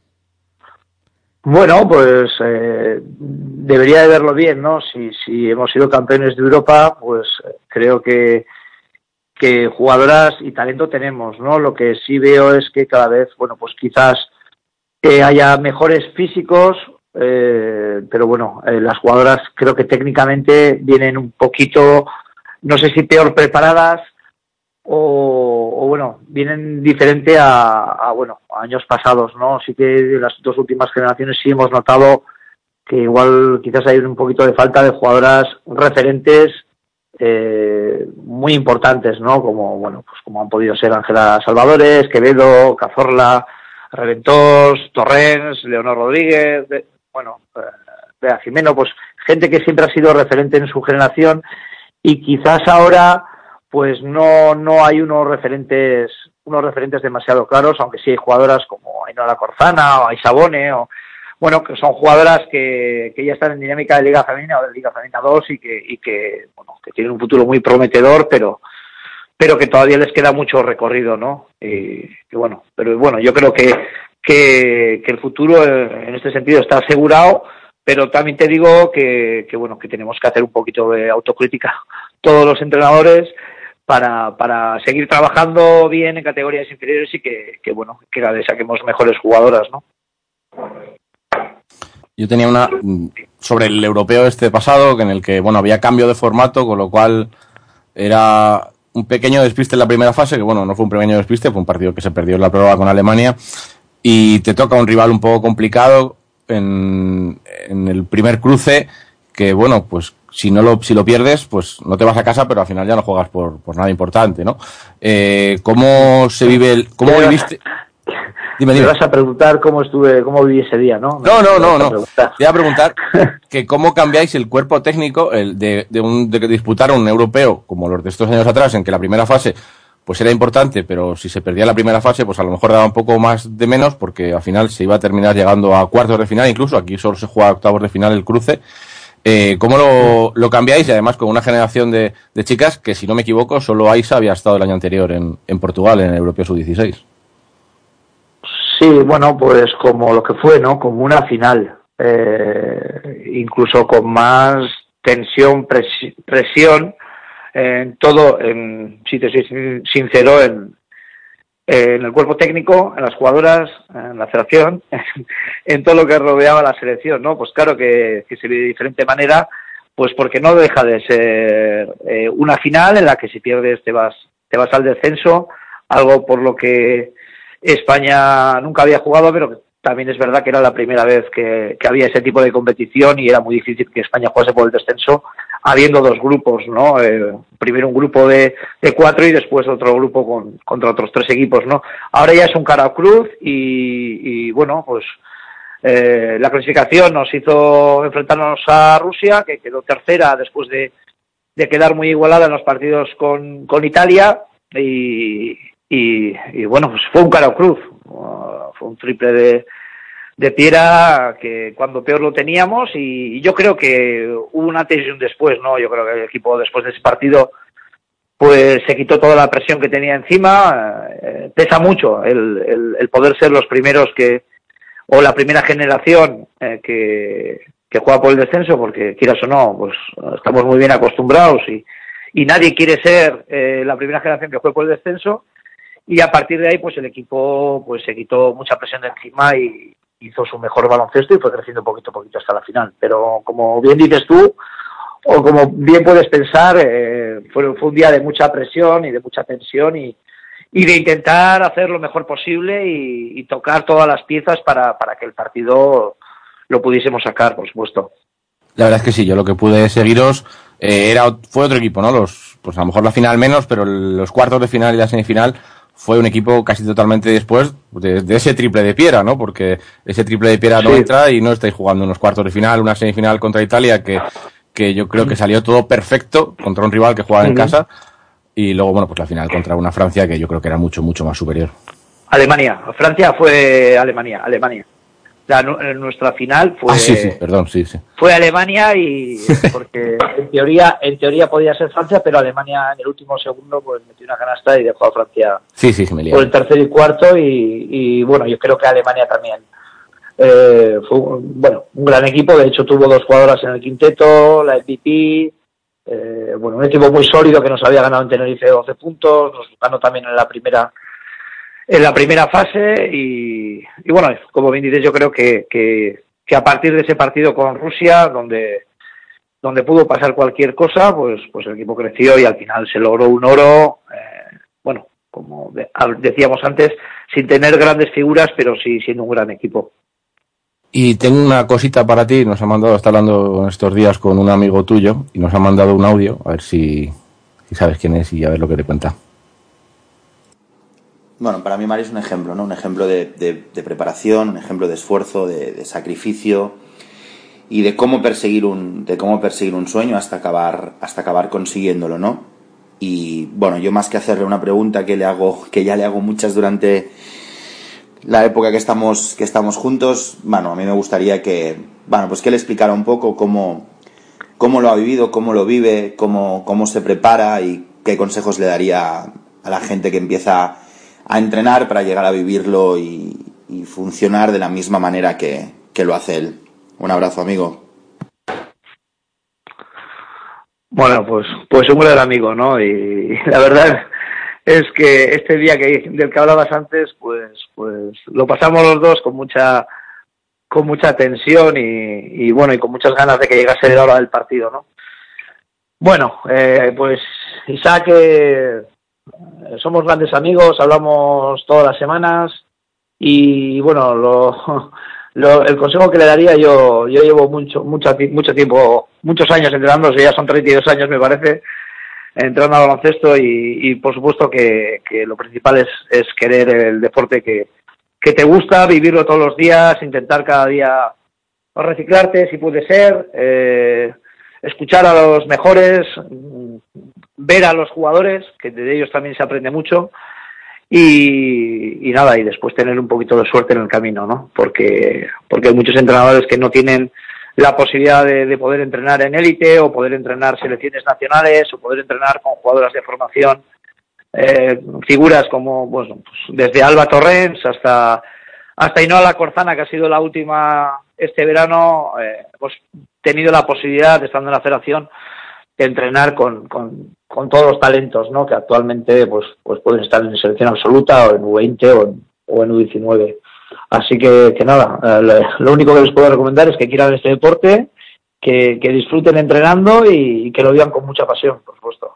Bueno, pues eh, debería de verlo bien, ¿no? Si, si hemos sido campeones de Europa, pues creo que que jugadoras y talento tenemos, ¿no? Lo que sí veo es que cada vez, bueno, pues quizás eh, haya mejores físicos, eh, pero bueno, eh, las jugadoras creo que técnicamente vienen un poquito, no sé si peor preparadas o, o bueno, vienen diferente a, a, bueno, a años pasados, ¿no? Sí que de las dos últimas generaciones sí hemos notado que igual quizás hay un poquito de falta de jugadoras referentes eh, muy importantes, ¿no? Como, bueno, pues como han podido ser Ángela Salvadores, Quevedo, Cazorla, Reventós, Torrens, Leonor Rodríguez, de, bueno, eh, Bea Jimeno, pues gente que siempre ha sido referente en su generación y quizás ahora pues no no hay unos referentes unos referentes demasiado claros, aunque sí hay jugadoras como Ainhoa Corzana o Aisabone, o bueno, que son jugadoras que, que ya están en dinámica de Liga Femenina o de Liga Femenina dos y que y que bueno, que tienen un futuro muy prometedor, pero pero que todavía les queda mucho recorrido, ¿no? Y, y bueno, pero bueno, yo creo que, que que el futuro en este sentido está asegurado, pero también te digo que, que bueno, que tenemos que hacer un poquito de autocrítica todos los entrenadores para para seguir trabajando bien en categorías inferiores y que, que bueno, que cada vez saquemos mejores jugadoras, ¿no? Yo tenía una sobre el europeo este pasado, en el que bueno había cambio de formato, con lo cual era un pequeño despiste en la primera fase, que bueno, no fue un pequeño despiste, fue un partido que se perdió en la prueba con Alemania, y te toca un rival un poco complicado en, en el primer cruce, que bueno, pues si no lo si lo pierdes, pues no te vas a casa, pero al final ya no juegas por, por nada importante, ¿no? Eh, ¿Cómo se vive el, cómo viviste? Dime, dime. Me vas a preguntar cómo estuve, cómo viví ese día, ¿no? No, no, no, no. Te iba a preguntar que cómo cambiáis el cuerpo técnico el de, de, un, de disputar un europeo como los de estos años atrás, en que la primera fase pues era importante, pero si se perdía la primera fase, pues a lo mejor daba un poco más de menos, porque al final se iba a terminar llegando a cuartos de final, incluso aquí solo se juega a octavos de final el cruce. Eh, ¿Cómo lo, lo cambiáis? Y además con una generación de, de chicas que, si no me equivoco, solo Aisa había estado el año anterior en, en Portugal, en el Europeo sub dieciséis. Sí, bueno, pues como lo que fue, ¿no? Como una final, eh, incluso con más tensión, presi- presión, en todo, en, si te soy sincero, en, en el cuerpo técnico, en las jugadoras, en la federación, en, en todo lo que rodeaba la selección, ¿no? Pues claro que, que se ve de diferente manera, pues porque no deja de ser eh, una final en la que si pierdes te vas, te vas al descenso, algo por lo que España nunca había jugado, pero también es verdad que era la primera vez que, que había ese tipo de competición y era muy difícil que España jugase por el descenso, habiendo dos grupos, ¿no? Eh, primero un grupo de, de cuatro y después otro grupo con, contra otros tres equipos, ¿no? Ahora ya es un cara a cruz y, y bueno, pues eh, la clasificación nos hizo enfrentarnos a Rusia, que quedó tercera después de, de quedar muy igualada en los partidos con, con Italia y Y, y bueno, pues fue un cara o cruz, uh, fue un triple de, de Piera que cuando peor lo teníamos y, y yo creo que hubo un antes y un después, ¿no? Yo creo que el equipo después de ese partido pues se quitó toda la presión que tenía encima, eh, pesa mucho el, el, el poder ser los primeros que, o la primera generación eh, que, que juega por el descenso, porque quieras o no, pues estamos muy bien acostumbrados y, y nadie quiere ser eh, la primera generación que juegue por el descenso. Y a partir de ahí, pues el equipo pues se quitó mucha presión de encima y hizo su mejor baloncesto y fue creciendo poquito a poquito hasta la final. Pero como bien dices tú, o como bien puedes pensar, eh, fue, fue un día de mucha presión y de mucha tensión y, y de intentar hacer lo mejor posible y, y tocar todas las piezas para, para que el partido lo pudiésemos sacar, por supuesto. La verdad es que sí, yo lo que pude seguiros eh, era fue otro equipo, ¿no? Los, pues a lo mejor la final menos, pero los cuartos de final y la semifinal fue un equipo casi totalmente después de, de ese triple de Piera, ¿no? Porque ese triple de Piera sí. no entra y no estáis jugando unos cuartos de final, una semifinal contra Italia que, que yo creo que salió todo perfecto contra un rival que jugaba en casa y luego, bueno, pues la final contra una Francia que yo creo que era mucho, mucho más superior. Alemania. Francia fue Alemania, Alemania. La, nuestra final fue... Ah, sí, sí, perdón, sí, sí. Fue Alemania y... porque en teoría en teoría podía ser Francia, pero Alemania en el último segundo pues metió una canasta y dejó a Francia sí, sí, me por el tercer y cuarto y, y bueno, yo creo que Alemania también eh, fue bueno, un gran equipo. De hecho tuvo dos jugadoras en el quinteto, la M V P, eh, bueno, un equipo muy sólido que nos había ganado en Tenerife doce puntos, nos ganó también en la primera en la primera fase y, y bueno, como bien dices, yo creo que, que, que a partir de ese partido con Rusia, donde donde pudo pasar cualquier cosa, pues pues el equipo creció y al final se logró un oro, eh, bueno, como de, decíamos antes, sin tener grandes figuras, pero sí siendo un gran equipo. Y tengo una cosita para ti, nos ha mandado, está hablando estos días con un amigo tuyo y nos ha mandado un audio, a ver si, si sabes quién es y a ver lo que te cuenta. Bueno, para mí Mario es un ejemplo, ¿no? Un ejemplo de, de, de preparación, un ejemplo de esfuerzo, de, de sacrificio y de cómo perseguir un, de cómo perseguir un sueño hasta acabar, hasta acabar consiguiéndolo, ¿no? Y bueno, yo más que hacerle una pregunta que le hago, que ya le hago muchas durante la época que estamos, que estamos juntos, bueno, a mí me gustaría que, bueno, pues que él explicara un poco cómo, cómo lo ha vivido, cómo lo vive, cómo, cómo se prepara y qué consejos le daría a la gente que empieza a entrenar para llegar a vivirlo y, y funcionar de la misma manera que, que lo hace él. Un abrazo, amigo. Bueno, pues pues un gran amigo, ¿no? Y, y la verdad es que este día que del que hablabas antes, pues pues lo pasamos los dos con mucha con mucha tensión y, y bueno, y con muchas ganas de que llegase la hora del partido, ¿no? Bueno, eh, pues Isaac, eh, somos grandes amigos, hablamos todas las semanas y bueno, lo Lo, el consejo que le daría, yo yo llevo mucho mucho mucho tiempo, muchos años entrenando, ya son treinta y dos años me parece, entrenando al baloncesto y, y por supuesto que, que lo principal es, es querer el deporte que, que te gusta, vivirlo todos los días, intentar cada día reciclarte si puede ser, eh, escuchar a los mejores, ver a los jugadores, que de ellos también se aprende mucho. Y, y nada, y después tener un poquito de suerte en el camino, ¿no? Porque porque hay muchos entrenadores que no tienen la posibilidad de, de poder entrenar en élite o poder entrenar selecciones nacionales o poder entrenar con jugadoras de formación, eh, figuras como, bueno, pues desde Alba Torrens hasta hasta Inola Corzana, que ha sido la última este verano, eh, hemos tenido la posibilidad, estando en la federación, de entrenar con, con, con todos los talentos, ¿no? Que actualmente pues pues pueden estar en selección absoluta o en U veinte o en, o en U diecinueve. Así que, que nada, eh, lo único que les puedo recomendar es que quieran este deporte, que, que disfruten entrenando y, y que lo vivan con mucha pasión, por supuesto.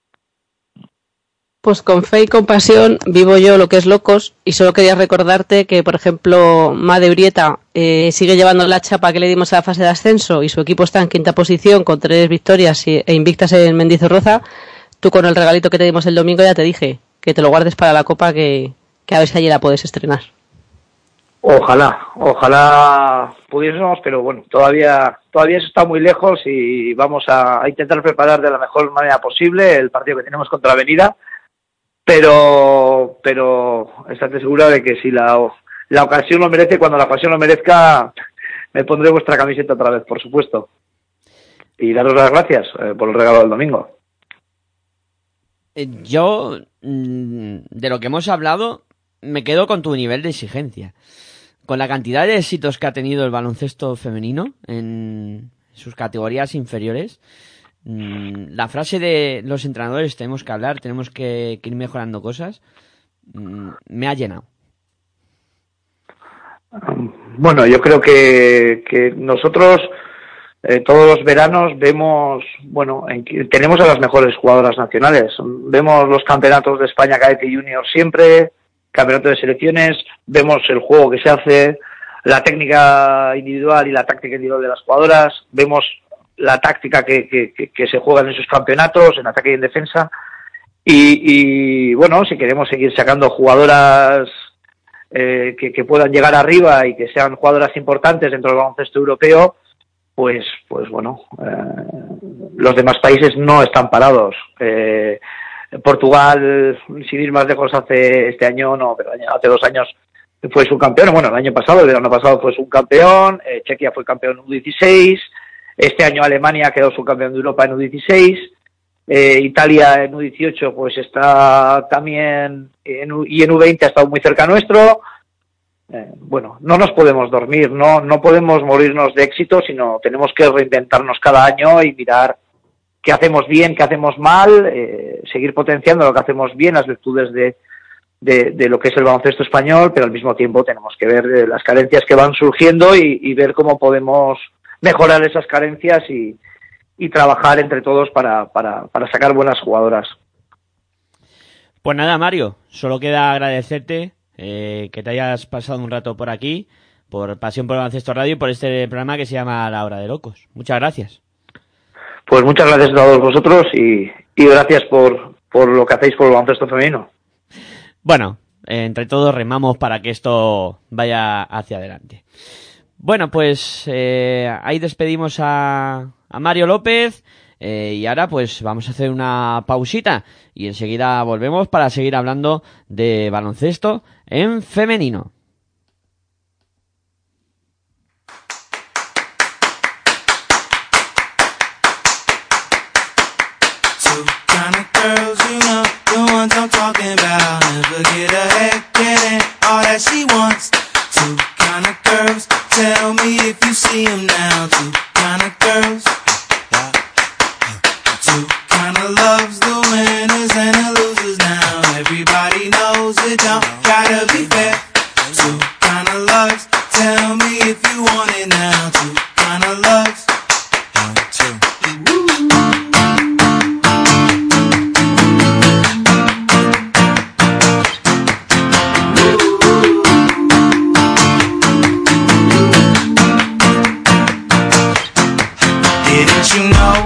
Pues con fe y con pasión vivo yo lo que es Locos y solo quería recordarte que, por ejemplo, Made Urieta eh, sigue llevando la chapa que le dimos a la fase de ascenso y su equipo está en quinta posición con tres victorias e invictas en Mendizorroza. Tú con el regalito que te dimos el domingo ya te dije que te lo guardes para la Copa, que, que a ver si allí la puedes estrenar. Ojalá, ojalá pudiésemos, pero bueno, todavía todavía eso está muy lejos y vamos a, a intentar preparar de la mejor manera posible el partido que tenemos contra Avenida. Pero pero estate segura de que si la, la ocasión lo merece, cuando la ocasión lo merezca, me pondré vuestra camiseta otra vez, por supuesto. Y daros las gracias eh, por el regalo del domingo. Eh, yo, mmm, de lo que hemos hablado, me quedo con tu nivel de exigencia. Con la cantidad de éxitos que ha tenido el baloncesto femenino en sus categorías inferiores, la frase de los entrenadores, tenemos que hablar, tenemos que, que ir mejorando cosas, me ha llenado. Bueno, yo creo que, que nosotros eh, todos los veranos vemos, bueno, en, tenemos a las mejores jugadoras nacionales, vemos los campeonatos de España cadete y junior siempre, campeonato de selecciones, vemos el juego que se hace, la técnica individual y la táctica individual de las jugadoras, vemos la táctica que, que, que se juega en esos campeonatos, en ataque y en defensa. Y, y bueno, si queremos seguir sacando jugadoras eh, que, que puedan llegar arriba y que sean jugadoras importantes dentro del baloncesto europeo, pues pues bueno, eh, los demás países no están parados. Eh, Portugal, sin ir más lejos, hace este año, no, pero hace dos años fue subcampeón. Bueno, el año pasado, el verano pasado fue subcampeón. Eh, Chequia fue campeón en U dieciséis. Este año Alemania quedó subcampeón de Europa en U dieciséis, eh, Italia en U dieciocho pues está también, en U, y en U veinte ha estado muy cerca nuestro. Eh, bueno, no nos podemos dormir, no no podemos morirnos de éxito, sino tenemos que reinventarnos cada año y mirar qué hacemos bien, qué hacemos mal, eh, seguir potenciando lo que hacemos bien, las virtudes de, de, de lo que es el baloncesto español, pero al mismo tiempo tenemos que ver eh, las carencias que van surgiendo y, y ver cómo podemos mejorar esas carencias y, y trabajar entre todos para, para, para sacar buenas jugadoras. Pues nada, Mario, solo queda agradecerte eh, que te hayas pasado un rato por aquí, por Pasión por el Baloncesto Radio y por este programa que se llama La Hora de Locos. Muchas gracias. Pues muchas gracias a todos vosotros y, y gracias por, por lo que hacéis por el baloncesto femenino. Bueno, eh, entre todos remamos para que esto vaya hacia adelante. Bueno, pues eh, ahí despedimos a, a Mario López eh, y ahora pues vamos a hacer una pausita y enseguida volvemos para seguir hablando de baloncesto en femenino. Girls, you know, the ones I'm talking about. Never get her head getting all that she wants. Two kind of girls, tell me if you see them now. Two kind of girls, two kind of loves, the winners and the losers now. Everybody knows it don't gotta be fair. Two kind of loves, tell me if you want it now. Two kind of loves, one, two. Didn't you know?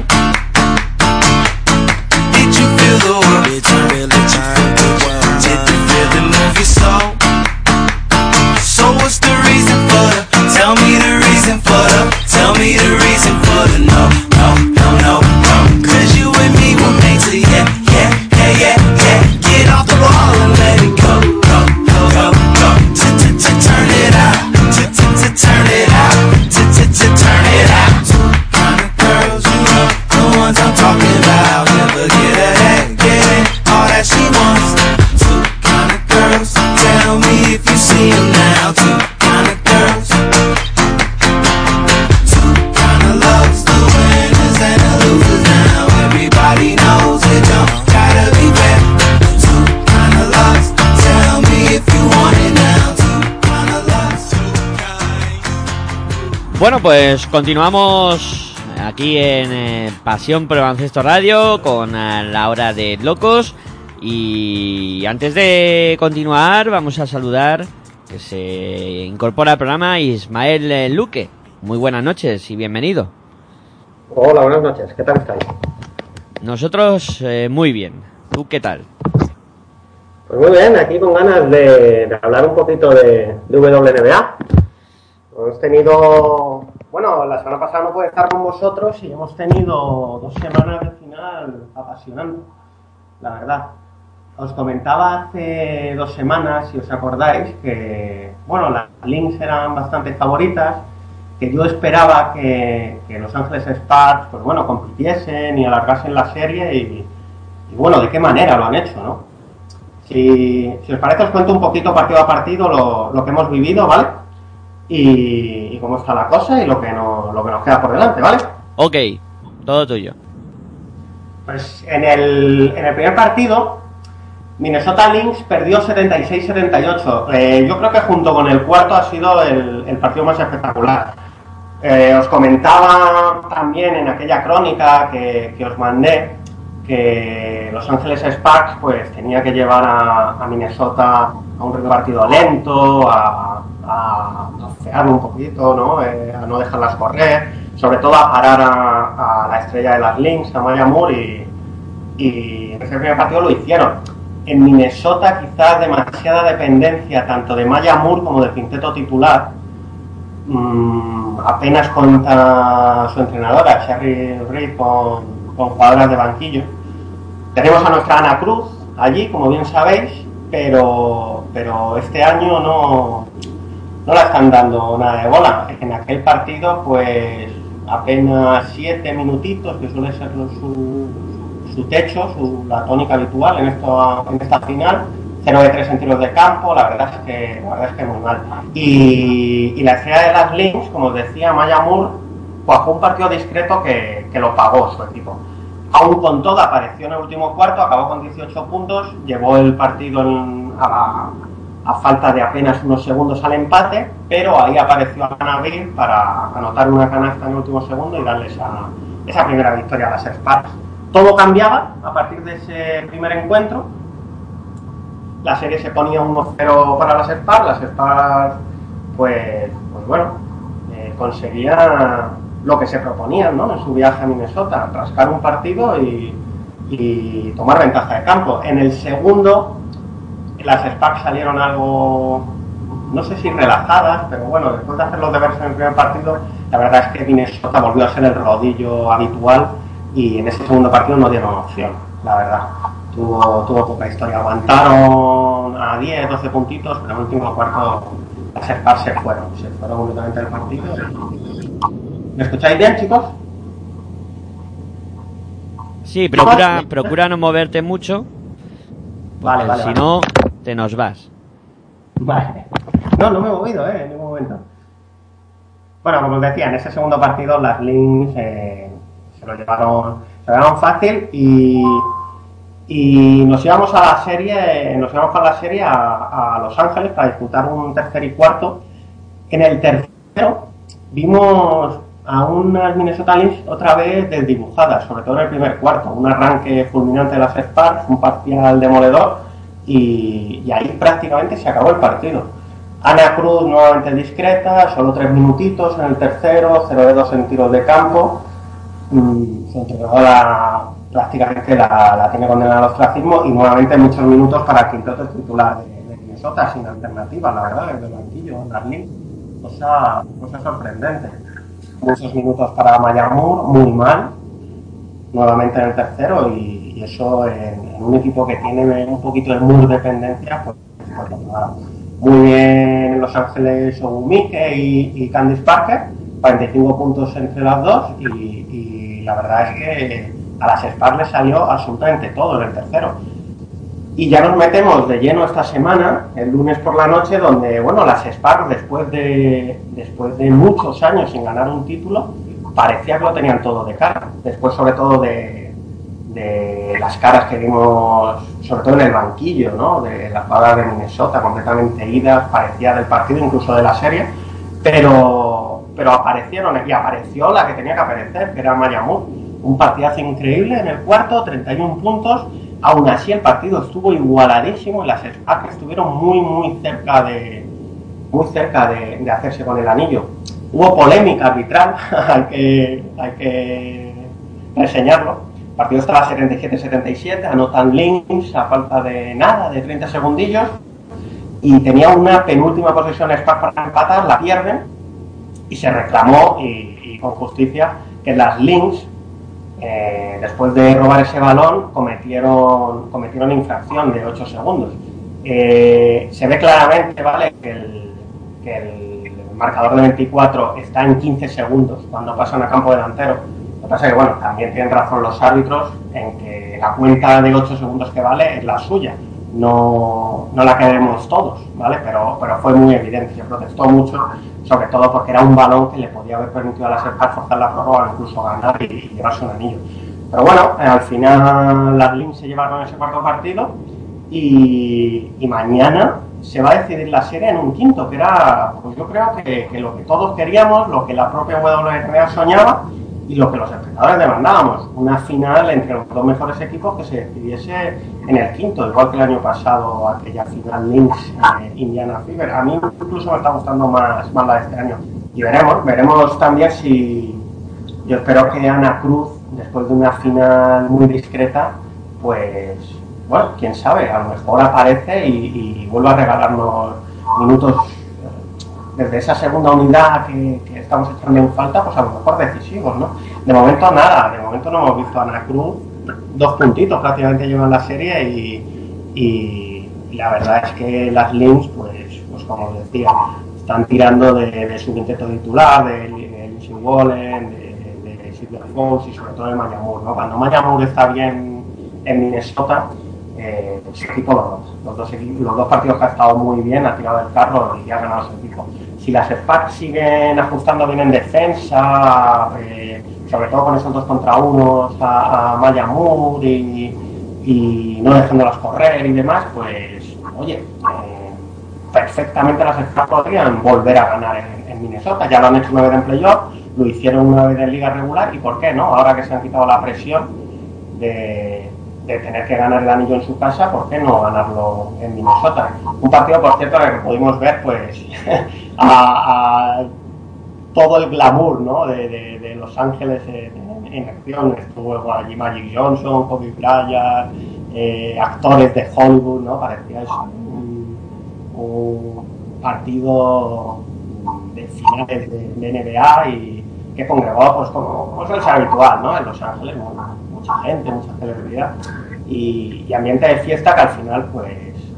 Did you feel the world? Did you really turn the world? Did you feel the move your soul? So what's the reason for the? Tell me the reason for the. Tell me the reason for the no, no, no, no, no. Cause you and me were made to yeah, yeah, yeah, yeah, yeah. Get off the ball and let it go, go, go, go, go. To turn it out, to to turn it out, to to turn it out. I'm talking about, never get ahead, getting all that she wants. Two kind of girls, tell me if you see them now. Two kind of girls, two kind of loves, the winners and the losers now. Everybody knows it don't gotta be fair. Two kind of loves, tell me if you want it now. Two kind of loves, two kind. Bueno, pues continuamos aquí en eh, Pasión por el Baloncesto Radio con eh, La Hora de Locos. Y antes de continuar vamos a saludar que se incorpora al programa Ismael eh, Luque. Muy buenas noches y bienvenido. Hola, buenas noches, ¿qué tal estáis? Nosotros eh, muy bien, ¿tú qué tal? Pues muy bien, aquí con ganas de, de hablar un poquito de, de W N B A. Hemos tenido... Bueno, la semana pasada no pude estar con vosotros y hemos tenido dos semanas de final apasionante, la verdad. Os comentaba hace dos semanas, si os acordáis, que bueno, las Lynx eran bastante favoritas, que yo esperaba que, que Los Ángeles Sparks, pues bueno, compitiesen y alargasen la serie y, y bueno, de qué manera lo han hecho, ¿no? Si, si os parece os cuento un poquito partido a partido lo, lo que hemos vivido, ¿vale? Y, y cómo está la cosa y lo que, no, lo que nos queda por delante, ¿vale? Ok, todo tuyo. Pues en el, en el primer partido, Minnesota Lynx perdió setenta y seis setenta y ocho. Eh, yo creo que junto con el cuarto ha sido el, el partido más espectacular. Eh, os comentaba también en aquella crónica que, que os mandé que Los Ángeles Sparks pues tenía que llevar a, a Minnesota a un partido lento, a, a, a fearlo un poquito, ¿no? Eh, a no dejarlas correr, sobre todo a parar a, a la estrella de las Lynx, a Maya Moore, y, y en ese primer partido lo hicieron. En Minnesota quizás demasiada dependencia tanto de Maya Moore como del quinteto titular, mmm, apenas cuenta su entrenadora, Cherry Reid, con, con jugadoras de banquillo. Tenemos a nuestra Ana Cruz allí, como bien sabéis, pero, pero este año no, no la están dando nada de bola. En aquel partido, pues apenas siete minutitos, que suele ser su, su techo, su, la tónica habitual en, esto, en esta final. cero de tres en tiros de campo, la verdad es que, la verdad es que muy mal. Y, y la estrella de las Lynx, como os decía, Maya Moore, cuajó un partido discreto que, que lo pagó su equipo. Aún con todo, apareció en el último cuarto, acabó con dieciocho puntos, llevó el partido en, a, a falta de apenas unos segundos al empate, pero ahí apareció Nabil para anotar una canasta en el último segundo y darle esa, esa primera victoria a las Sparks. Todo cambiaba a partir de ese primer encuentro. La serie se ponía uno cero para las Sparks. Las Sparks, pues, pues bueno, eh, conseguían lo que se proponían, ¿no?, en su viaje a Minnesota, rascar un partido y, y tomar ventaja de campo. En el segundo, las Sparks salieron algo, no sé si relajadas, pero bueno, después de hacer los deberes en el primer partido, la verdad es que Minnesota volvió a ser el rodillo habitual y en ese segundo partido no dieron opción, la verdad. Tuvo, tuvo poca historia, aguantaron a diez, doce puntitos, pero en el último cuarto las Sparks se fueron, se fueron completamente del partido. ¿Me escucháis bien, chicos? Sí, procura, procura no moverte mucho, vale, vale, si vale. no, te nos vas. Vale. No, no me he movido, eh, en ningún momento. Bueno, como os decía, en ese segundo partido las Lynx eh, se lo llevaron, se lo llevaron fácil y, y nos íbamos a la serie, nos íbamos para la serie a, a Los Ángeles para disputar un tercer y cuarto. En el tercero vimos a unas Minnesota Lynx otra vez desdibujadas, sobre todo en el primer cuarto, un arranque fulminante de las Sparks, un parcial demoledor y, y ahí prácticamente se acabó el partido. Ana Cruz nuevamente discreta, solo tres minutitos en el tercero, cero de dos en tiros de campo, mm, su entrenadora prácticamente la, la tiene condenada al ostracismo y nuevamente muchos minutos para el quinteto titular de, de Minnesota, sin alternativa, la verdad, desde el banquillo, las Lynx, cosa, cosa sorprendente. Muchos minutos para Maya Moore, muy mal, nuevamente en el tercero, y, y eso en, en un equipo que tiene un poquito de Moore dependencia, pues, pues lo nada. Muy bien Los Ángeles Ogumike y, y Candice Parker, cuarenta y cinco puntos entre las dos, y, y la verdad es que a las Sparks les salió absolutamente todo en el tercero. Y ya nos metemos de lleno esta semana, el lunes por la noche, donde, bueno, las Sparks, después de, después de muchos años sin ganar un título, parecía que lo tenían todo de cara. Después, sobre todo, de, de las caras que vimos, sobre todo en el banquillo, ¿no?, de las jugadoras de Minnesota, completamente idas, parecía del partido, incluso de la serie, pero, pero aparecieron, y apareció la que tenía que aparecer, que era Maya Moore. Un partidazo increíble en el cuarto, treinta y uno puntos. Aún así el partido estuvo igualadísimo y las Sparks estuvieron muy muy cerca de muy cerca de, de hacerse con el anillo. Hubo polémica arbitral, hay que hay que reseñarlo. El partido estaba setenta y siete setenta y siete, anotan Lynx a falta de nada, de treinta segundillos, y tenía una penúltima posesión Sparks para empatar, la pierden y se reclamó y, y con justicia que las Lynx, Eh, después de robar ese balón, cometieron cometieron infracción de ocho segundos. Eh, se ve claramente, ¿vale?, que el, que el marcador de veinticuatro está en quince segundos cuando pasan a campo delantero. Lo que pasa es que, bueno, también tienen razón los árbitros en que la cuenta de ocho segundos que vale es la suya, no, no la que vemos todos, ¿vale? Pero, pero fue muy evidente, se protestó mucho, sobre todo porque era un balón que le podía haber permitido a las Sparks forzar la prórroga, incluso ganar y, y llevarse un anillo. Pero bueno, eh, al final las Lynx se llevaron ese cuarto partido y, y mañana se va a decidir la serie en un quinto, que era, pues yo creo que, que lo que todos queríamos, lo que la propia W N B A soñaba y lo que los espectadores demandábamos, una final entre los dos mejores equipos que se decidiese en el quinto, igual que el año pasado aquella final Lynx eh, Indiana Fever. A mí incluso me está gustando más, más la de este año y veremos, veremos también si, yo espero que Ana Cruz, después de una final muy discreta, pues bueno, quién sabe, a lo mejor aparece y, y vuelve a regalarnos minutos desde esa segunda unidad que, que estamos echando en falta, pues a lo mejor decisivos, ¿no? De momento nada, de momento no hemos visto a Ana Cruz, dos puntitos prácticamente llevan la serie y, y, y la verdad es que las Lynx, pues, pues como os decía, están tirando de, de su quinteto titular, de, de Lindsey Wallen, de, de Sylvia Fowles y sobre todo de Maya Moore, ¿no? Cuando Maya Moore está bien en Minnesota, eh, ese equipo, los, los, dos, los dos partidos que ha estado muy bien, ha tirado el carro y ha ganado ese equipo. Si las Sparks siguen ajustando bien en defensa, eh, sobre todo con esos dos contra unos a, a Maya Moore y, y no dejándolas correr y demás, pues, oye, eh, perfectamente las Spurs podrían volver a ganar en, en Minnesota. Ya lo han hecho una vez en playoff, lo hicieron una vez en liga regular, y ¿por qué no? Ahora que se han quitado la presión de, de tener que ganar el anillo en su casa, ¿por qué no ganarlo en Minnesota? Un partido, por cierto, en el que pudimos ver pues a, a todo el glamour, ¿no? de, de, de Los Ángeles en, en acción. Estuvo allí Magic Johnson, Kobe Bryant, eh, actores de Hollywood, ¿no? Parecía eso, un, un partido de finales de, de N B A, y que congregó, pues como, como suele ser habitual, ¿no? En Los Ángeles, bueno, mucha gente, mucha celebridad, y, y ambiente de fiesta que al final pues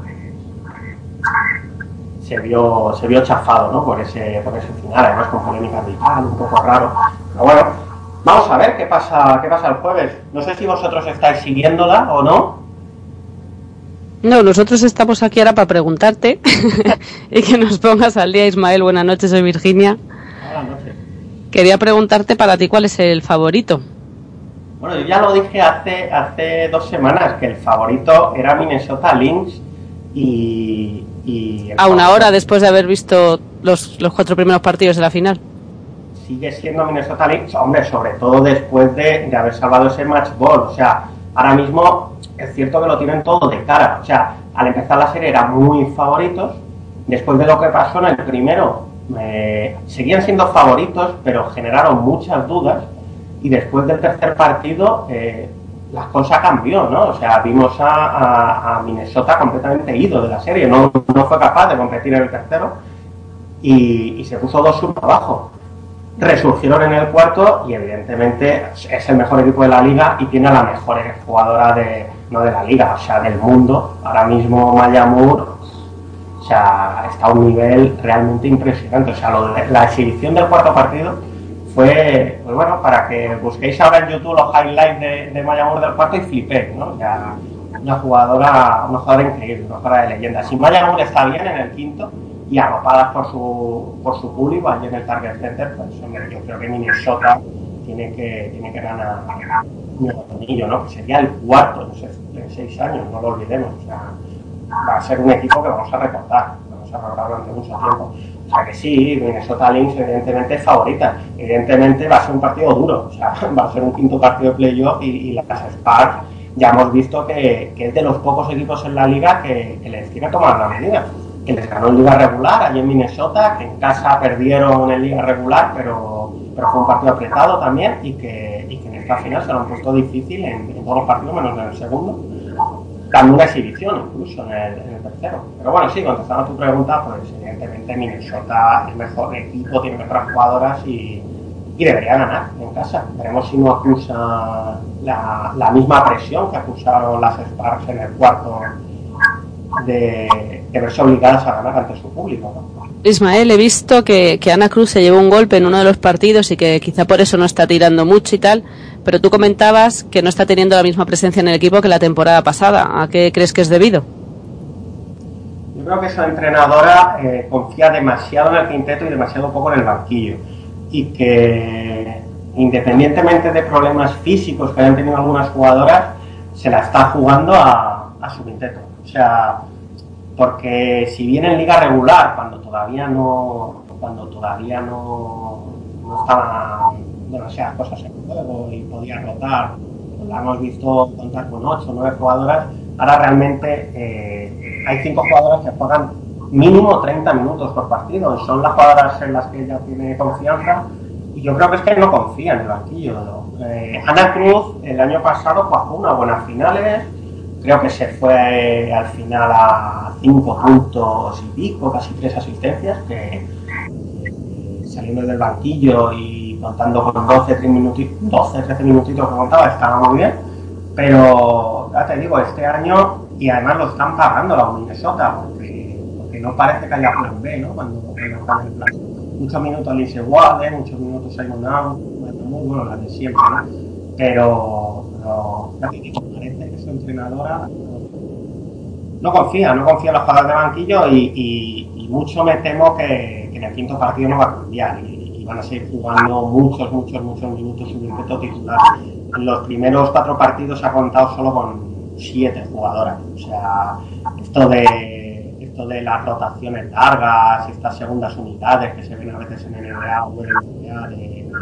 se vio se vio chafado, ¿no? por ese por ese final, además con polémica radical, un poco raro. Pero bueno, vamos a ver qué pasa qué pasa el jueves. No sé si vosotros estáis siguiéndola o no. No, nosotros estamos aquí ahora para preguntarte y que nos pongas al día. Ismael, buenas noches, soy Virginia. Buenas noches. Quería preguntarte para ti cuál es el favorito. Bueno, yo ya lo dije hace hace dos semanas, que el favorito era Minnesota Lynx, y... y a una hora después de haber visto los, los cuatro primeros partidos de la final. Sigue siendo Minnesota Lynx, hombre, sobre todo después de, de haber salvado ese match ball. O sea, ahora mismo es cierto que lo tienen todo de cara. O sea, al empezar la serie eran muy favoritos. Después de lo que pasó en el primero, eh, seguían siendo favoritos, pero generaron muchas dudas. Y después del tercer partido, eh, la cosa cambió, ¿no? O sea, vimos a, a, a Minnesota completamente ido de la serie. No, no fue capaz de competir en el tercero, y, y se puso dos uno abajo. Resurgieron en el cuarto, y evidentemente es el mejor equipo de la liga y tiene a la mejor jugadora de, no de la liga, o sea, del mundo. Ahora mismo Maya Moore, o sea, está a un nivel realmente impresionante. O sea, lo de, la exhibición del cuarto partido fue, pues bueno, para que busquéis ahora en YouTube los highlights de, de Maya Moore del cuarto y flipéis, ¿no? O sea, una jugadora, una jugadora increíble, una jugadora de leyenda. Si Maya Moore está bien en el quinto y arropadas por su por su público allí en el Target Center, pues hombre, yo creo que Minnesota tiene que tiene que ganar un anillo, ¿no? Que sería el cuarto en seis, en seis años, no lo olvidemos. O sea, va a ser un equipo que vamos a recordar, vamos a recordar durante mucho tiempo. O sea que sí, Minnesota Lynx evidentemente es favorita. Evidentemente va a ser un partido duro, o sea, va a ser un quinto partido de playoff, y, y las Sparks ya hemos visto que, que es de los pocos equipos en la liga que, que les tiene que tomar la medida. Que les ganó en liga regular allí en Minnesota, que en casa perdieron en liga regular, pero, pero fue un partido apretado también, y que, y que en esta final se lo han puesto difícil en, en todos los partidos, menos en el segundo, dando una exhibición incluso en el, en el tercero. Pero bueno, sí, contestando a tu pregunta, pues evidentemente Minnesota es mejor equipo, tiene mejores jugadoras, y, y debería ganar en casa. Veremos si no acusa la, la misma presión que acusaron las Sparks en el cuarto, de, de verse obligadas a ganar ante su público, ¿no? Ismael, he visto que, que Ana Cruz se llevó un golpe en uno de los partidos y que quizá por eso no está tirando mucho y tal, pero tú comentabas que no está teniendo la misma presencia en el equipo que la temporada pasada. ¿A qué crees que es debido? Yo creo que esa entrenadora eh, confía demasiado en el quinteto y demasiado poco en el banquillo, y que independientemente de problemas físicos que hayan tenido algunas jugadoras, se la está jugando a, a su quinteto. O sea, porque si bien en liga regular, cuando todavía no cuando todavía no, no estaban demasiadas cosas en juego y podía rotar, pues la hemos visto contar con ocho o nueve jugadoras. Ahora realmente eh, hay cinco jugadoras que juegan mínimo treinta minutos por partido, y son las jugadoras en las que ella tiene confianza, y yo creo que es que no confía en el banquillo, ¿no? eh, Ana Cruz el año pasado jugó unas buenas finales. Creo que se fue al final a cinco puntos y pico, casi tres asistencias, que eh, saliendo del banquillo y contando con doce, trece minutitos, doce, trece minutitos que contaba, estaba muy bien. Pero ya te digo, este año, y además lo están pagando la Minnesota, porque, porque no parece que haya plan B, ¿no? Cuando, cuando están en el plan. Muchos minutos Lindsey Wade, muchos minutos Simon Out, muy bueno, la de siempre, ¿no? Pero, pero ya te digo, parece que su entrenadora no confía, no confía en los jugadores de banquillo, y, y, y mucho me temo que, que en el quinto partido no va a cambiar, y, y van a seguir jugando muchos, muchos, muchos minutos su quinteto titular. En los primeros cuatro partidos se ha contado solo con siete jugadoras. O sea, esto de esto de las rotaciones largas, estas segundas unidades que se ven a veces en N B A o en N B A de, de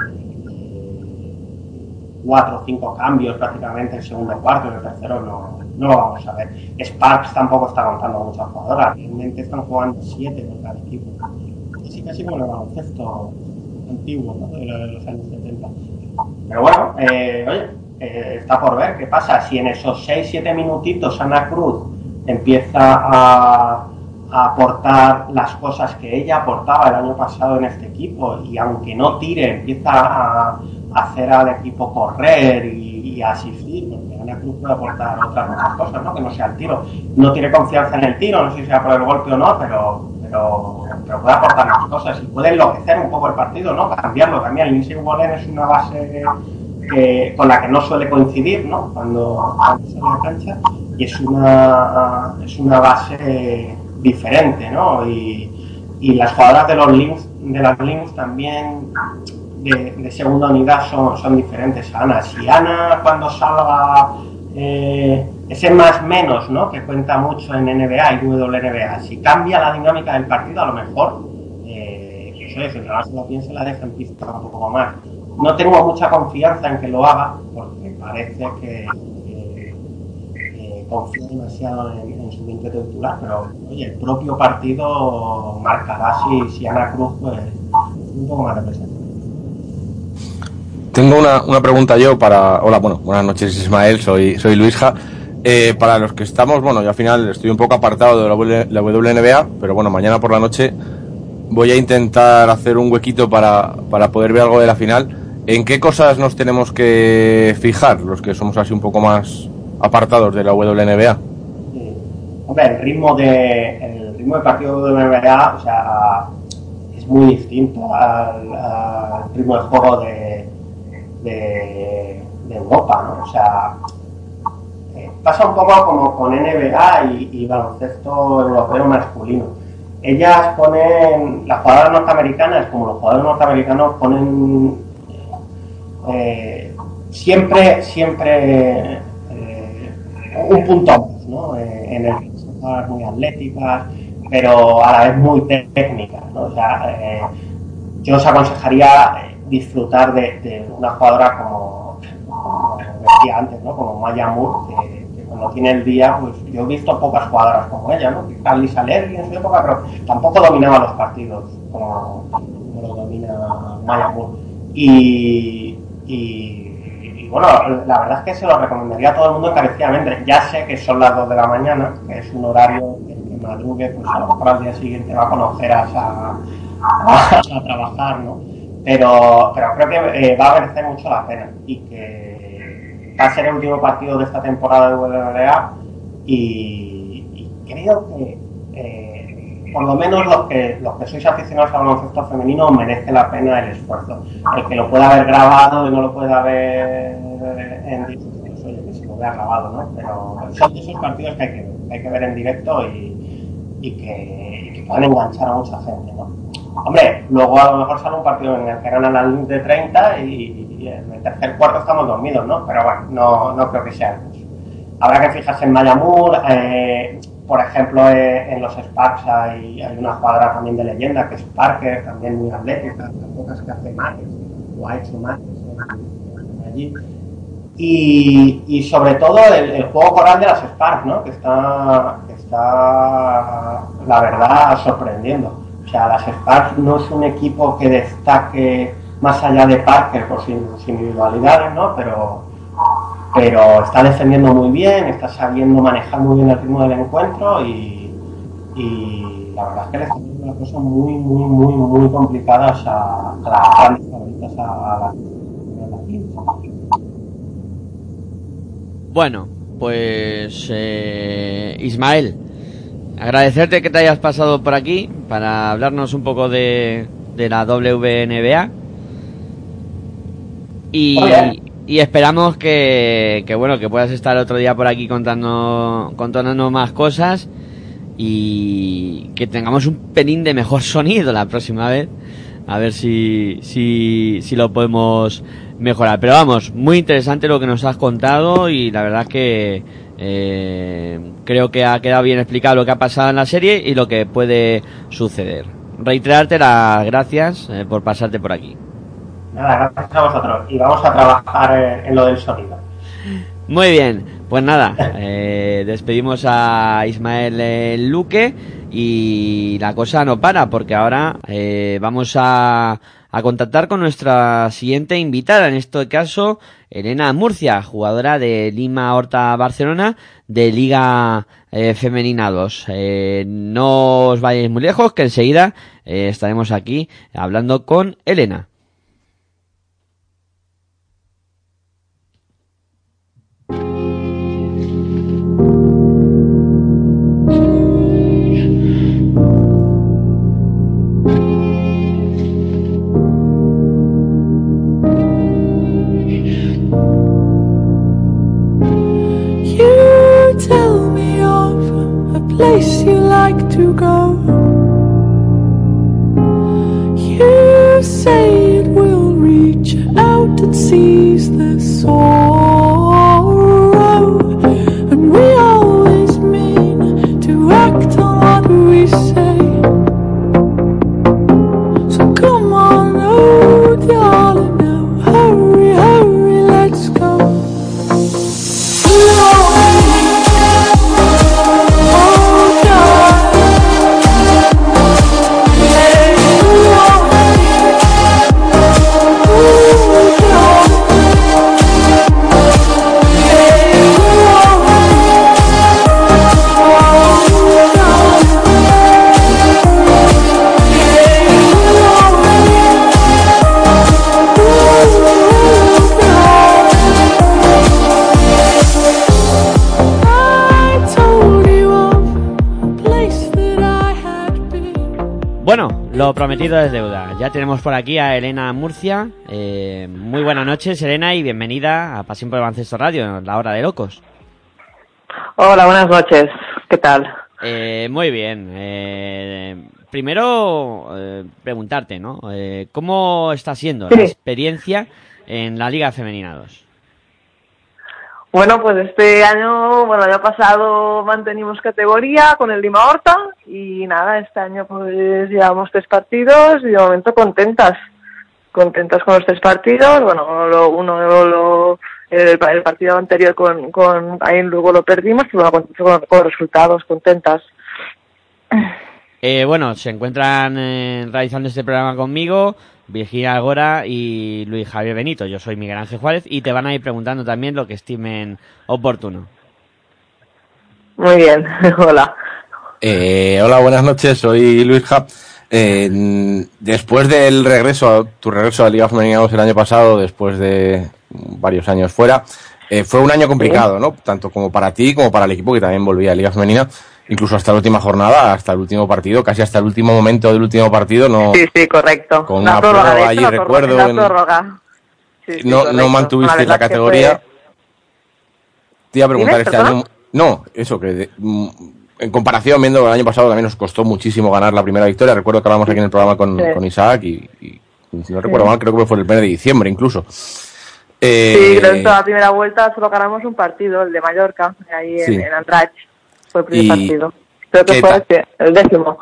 cuatro o cinco cambios prácticamente en el segundo cuarto, en el tercero no, no lo vamos a ver. Sparks tampoco está contando muchas jugadoras, realmente están jugando siete por cada equipo. Así casi como el baloncesto antiguo, ¿no? De los años setenta. Pero bueno, eh, oye, eh, está por ver qué pasa. Si en esos seis siete minutitos Ana Cruz empieza a, a aportar las cosas que ella aportaba el año pasado en este equipo, y aunque no tire, empieza a, a hacer al equipo correr y, y asistir, porque Ana Cruz puede aportar otras muchas cosas, ¿no? Que no sea el tiro. No tiene confianza en el tiro, no sé si sea por el golpe o no, pero, pero, pero puede aportar más cosas y puede enloquecer un poco el partido, ¿no? Cambiarlo también. Lindsay Wallen es una base que, con la que no suele coincidir, ¿no? Cuando, cuando sale a la cancha, y es una, es una base diferente, ¿no? Y, y las jugadoras de los Lynx, de las Lynx también de, de segunda unidad son, son diferentes a Ana. Si Ana cuando salga eh, ese más menos, ¿no? Que cuenta mucho en N B A y W N B A, si cambia la dinámica del partido, a lo mejor eh, eso es, si no se lo piensa, la deja en pista un poco más. No tengo mucha confianza en que lo haga, porque parece que, que, que confía demasiado en, en su ímpetu titular, pero oye, el propio partido marcará si, si Ana Cruz pues un poco más representativa. Tengo una, una pregunta yo para... Hola, bueno, buenas noches Ismael, soy, soy Luisja. Eh, para los que estamos, bueno, yo al final estoy un poco apartado de la, w, la W N B A, pero bueno, mañana por la noche voy a intentar hacer un huequito para, para poder ver algo de la final. ¿En qué cosas nos tenemos que fijar los que somos así un poco más apartados de la W N B A? Sí. Hombre, el ritmo de el ritmo de partido de W N B A, o sea, es muy distinto al, al ritmo de juego de, de, de Europa, ¿no? O sea, eh, pasa un poco como con N B A y, y baloncesto europeo masculino. Ellas ponen, las jugadoras norteamericanas, como los jugadores norteamericanos, ponen Eh, siempre siempre eh, un punto más, ¿no? Eh, en el que son jugadoras muy atléticas, pero a la vez muy técnicas, ¿no? O sea, eh, yo os aconsejaría disfrutar de, de una jugadora como, como decía antes, ¿no? Como Maya Moore, que, que cuando tiene el día, pues yo he visto pocas jugadoras como ella, ¿no? Quizás Lisa Lerby en su época, pero tampoco dominaba los partidos como, como lo domina Maya Moore. Y Y, y bueno, la verdad es que se lo recomendaría a todo el mundo encarecidamente. Ya sé que son las dos de la mañana, que es un horario que el que madrugue, pues a lo mejor al día siguiente va con ojeras a, a, a trabajar, ¿no? Pero, pero creo que eh, va a merecer mucho la pena y que va a ser el último partido de esta temporada de W N B A y, y creo que eh, por lo menos los que los que sois aficionados al baloncesto femenino merece la pena el esfuerzo. El que lo pueda haber grabado y no lo pueda ver en directo, pues oye, que se lo vea grabado, ¿no? Pero son de esos partidos que hay que ver, que hay que ver en directo y, y, que, y que pueden enganchar a mucha gente, ¿no? Hombre, luego a lo mejor sale un partido en el que ganan la Lynx de treinta y, y en el tercer cuarto estamos dormidos, ¿no? Pero bueno, no, no creo que sea el caso. Habrá que fijarse en Maya Moore, eh, por ejemplo, eh, en los Sparks hay, hay una jugadora también de leyenda que es Parker, también muy atlética, las pocas que hace Mates, o ha hecho Mates allí. Y, y sobre todo el, el juego coral de las Sparks, ¿no? Que está, que está, la verdad, sorprendiendo. O sea, las Sparks no es un equipo que destaque más allá de Parker por sus individualidades, ¿no? Pero pero está defendiendo muy bien, está sabiendo manejar muy bien el ritmo del encuentro y, y la verdad es que le están haciendo unas cosas muy, muy, muy, muy complicadas a, a las grandes favoritas, a, a las la Bueno, pues eh, Ismael, agradecerte que te hayas pasado por aquí para hablarnos un poco de, de la W N B A y... Oye. Y esperamos que, que bueno que puedas estar otro día por aquí contando, contándonos más cosas y que tengamos un pelín de mejor sonido la próxima vez. A ver si, si, si lo podemos mejorar. Pero vamos, muy interesante lo que nos has contado y la verdad que Eh, creo que ha quedado bien explicado lo que ha pasado en la serie y lo que puede suceder. Reiterarte las gracias eh, por pasarte por aquí. Nada, gracias a vosotros. Y vamos a trabajar en, en lo del sonido. Muy bien, pues nada, eh, despedimos a Ismael eh, Luque y la cosa no para porque ahora eh, vamos a, a contactar con nuestra siguiente invitada, en este caso Elena Murcia, jugadora de Lima Horta Barcelona de Liga eh, Femenina dos. Eh, no os vayáis muy lejos que enseguida eh, estaremos aquí hablando con Elena. Place you like to go. You say it will reach out and seize the sorrow, and we always mean to act on what we say. So come on, oh darling, now hurry, hurry, let's go. Bueno, lo prometido es deuda. Ya tenemos por aquí a Elena Murcia. Eh, muy buenas noches, Elena, y bienvenida a Pasión por el Baloncesto Radio, la hora de locos. Hola, buenas noches. ¿Qué tal? Eh, muy bien. Eh, primero, eh, preguntarte, ¿no? Eh, ¿Cómo está siendo sí. la experiencia en la Liga Femenina dos? Bueno, pues este año, bueno, el año pasado mantenimos categoría con el Lima Horta y nada, este año pues llevamos tres partidos y de momento contentas, contentas con los tres partidos. Bueno, lo, uno lo, el, el partido anterior con, con ahí luego lo perdimos, pero bueno, con, con resultados, contentas. Eh, bueno, se encuentran eh, realizando este programa conmigo Virginia Algora y Luis Javier Benito. Yo soy Miguel Ángel Juárez y te van a ir preguntando también lo que estimen oportuno. Muy bien, hola. Eh, hola, buenas noches, soy Luis Ja. Eh, después del regreso, tu regreso a la Liga Femenina dos el año pasado, después de varios años fuera, eh, fue un año complicado, ¿sí? ¿no? Tanto como para ti como para el equipo que también volvía a Liga Femenina. Incluso hasta la última jornada, hasta el último partido, casi hasta el último momento del último partido, no. Sí, sí, correcto. Con una prórroga, prórroga allí, recuerdo. La prórroga. Sí, sí, no, correcto. No mantuviste la, la categoría. Fue... Te iba a preguntar este año. No, eso, que de, en comparación, viendo el año pasado, también nos costó muchísimo ganar la primera victoria. Recuerdo que hablamos aquí en el programa con, sí. con Isaac y, y, si no recuerdo sí. mal, creo que fue el primer de diciembre incluso. Eh... Sí, creo que en la primera vuelta solo ganamos un partido, el de Mallorca, ahí sí. en, en Andratx. Fue el primer y partido. Creo que fue este, el décimo.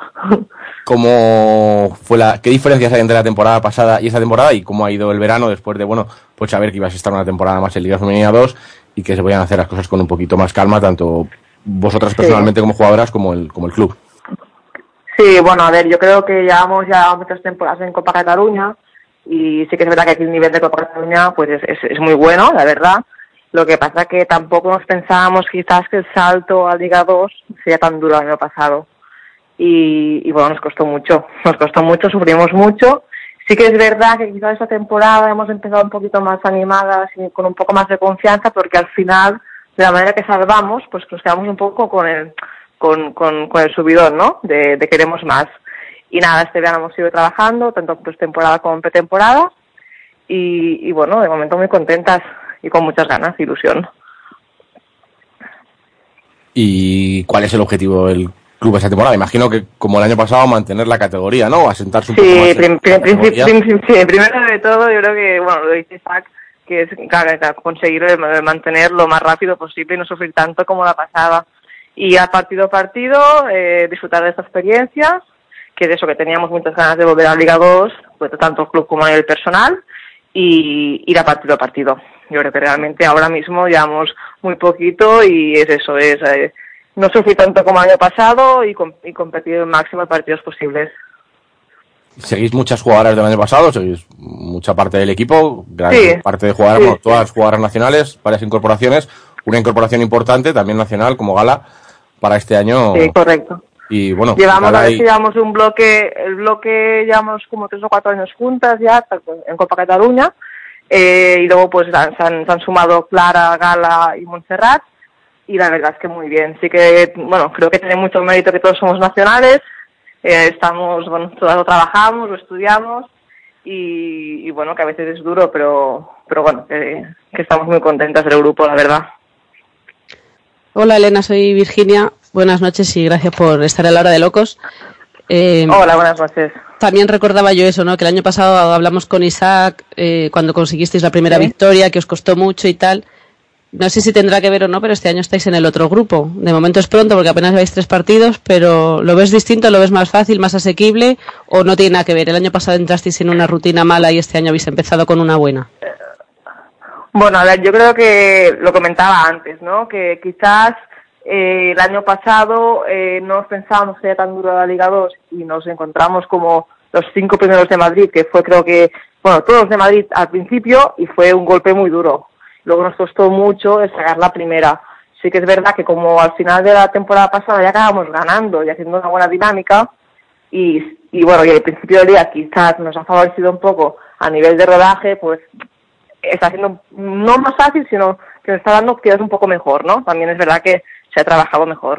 ¿Cómo fue la, qué diferencias hay entre la temporada pasada y esta temporada? ¿Y cómo ha ido el verano después de, bueno, pues saber que ibas a estar una temporada más en Liga Femenina dos y que se vayan a hacer las cosas con un poquito más calma, tanto vosotras personalmente sí. como jugadoras como el, como el club? Sí, bueno, a ver, yo creo que llevamos ya muchas temporadas en Copa Cataluña y sí que es verdad que aquí el nivel de Copa Cataluña pues es, es, es muy bueno, la verdad. Lo que pasa que tampoco nos pensábamos quizás que el salto a Liga dos sería tan duro el año pasado. Y, y bueno, nos costó mucho, nos costó mucho, sufrimos mucho. Sí que es verdad que quizás esta temporada hemos empezado un poquito más animadas y con un poco más de confianza, porque al final, de la manera que salvamos, pues nos quedamos un poco con el, con, con, con el subidón, ¿no? De, de queremos más. Y nada, este verano hemos ido trabajando, tanto postemporada como pretemporada. Y, y bueno, de momento muy contentas y con muchas ganas, ilusión. ¿Y cuál es el objetivo del club esta temporada? Imagino que, como el año pasado, mantener la categoría, ¿no? Asentarse un sí, poco más prim, en prim, prim, prim, sí, primero de todo, yo creo que, bueno, lo dice Isaac, que es claro, conseguir mantener lo más rápido posible y no sufrir tanto como la pasada. Y a partido a partido, eh, disfrutar de esta experiencia, que de eso que teníamos muchas ganas de volver a la Liga dos, pues tanto el club como a nivel personal, y ir a partido a partido. Yo creo que realmente ahora mismo llevamos muy poquito y es eso, es eh, no sufrir tanto como el año pasado y, com- y competir el máximo de partidos posibles. ¿Seguís muchas jugadoras del año pasado? ¿Seguís mucha parte del equipo? Gran Sí. parte de jugadoras, Sí, bueno, todas las jugadoras nacionales, varias incorporaciones, una incorporación importante, también nacional, como Gala, para este año. Sí, correcto. Y bueno, Llevamos, Gala a ver y- si llevamos un bloque, el bloque llevamos como tres o cuatro años juntas ya, en Copa Cataluña, eh, y luego pues han- se han, se han sumado Clara, Gala y Montserrat, y la verdad es que muy bien. Sí que, bueno, creo que tiene mucho mérito que todos somos nacionales, eh, estamos, bueno, todos lo trabajamos, lo estudiamos, y, y bueno, que a veces es duro, pero, pero bueno, que, que estamos muy contentas del grupo, la verdad. Hola Elena, soy Virginia. Buenas noches y gracias por estar a la hora de locos. Eh, Hola, buenas noches. También recordaba yo eso, ¿no? Que el año pasado hablamos con Isaac eh, cuando conseguisteis la primera Sí. victoria, que os costó mucho y tal. No sé si tendrá que ver o no, pero este año estáis en el otro grupo. De momento es pronto porque apenas vais tres partidos, pero ¿lo ves distinto, lo ves más fácil, más asequible o no tiene nada que ver? El año pasado entrasteis en una rutina mala y este año habéis empezado con una buena. Bueno, a ver, yo creo que lo comentaba antes, ¿no? Que quizás eh, el año pasado eh, no pensábamos que era tan duro la Liga dos y nos encontramos como los cinco primeros de Madrid, que fue creo que, bueno, todos de Madrid al principio y fue un golpe muy duro. Luego nos costó mucho el sacar la primera. Sí que es verdad que como al final de la temporada pasada ya acabamos ganando y haciendo una buena dinámica y, y bueno, y el principio del día quizás nos ha favorecido un poco a nivel de rodaje, pues está haciendo no más fácil, sino que nos está dando quizás un poco mejor, ¿no? También es verdad que se ha trabajado mejor.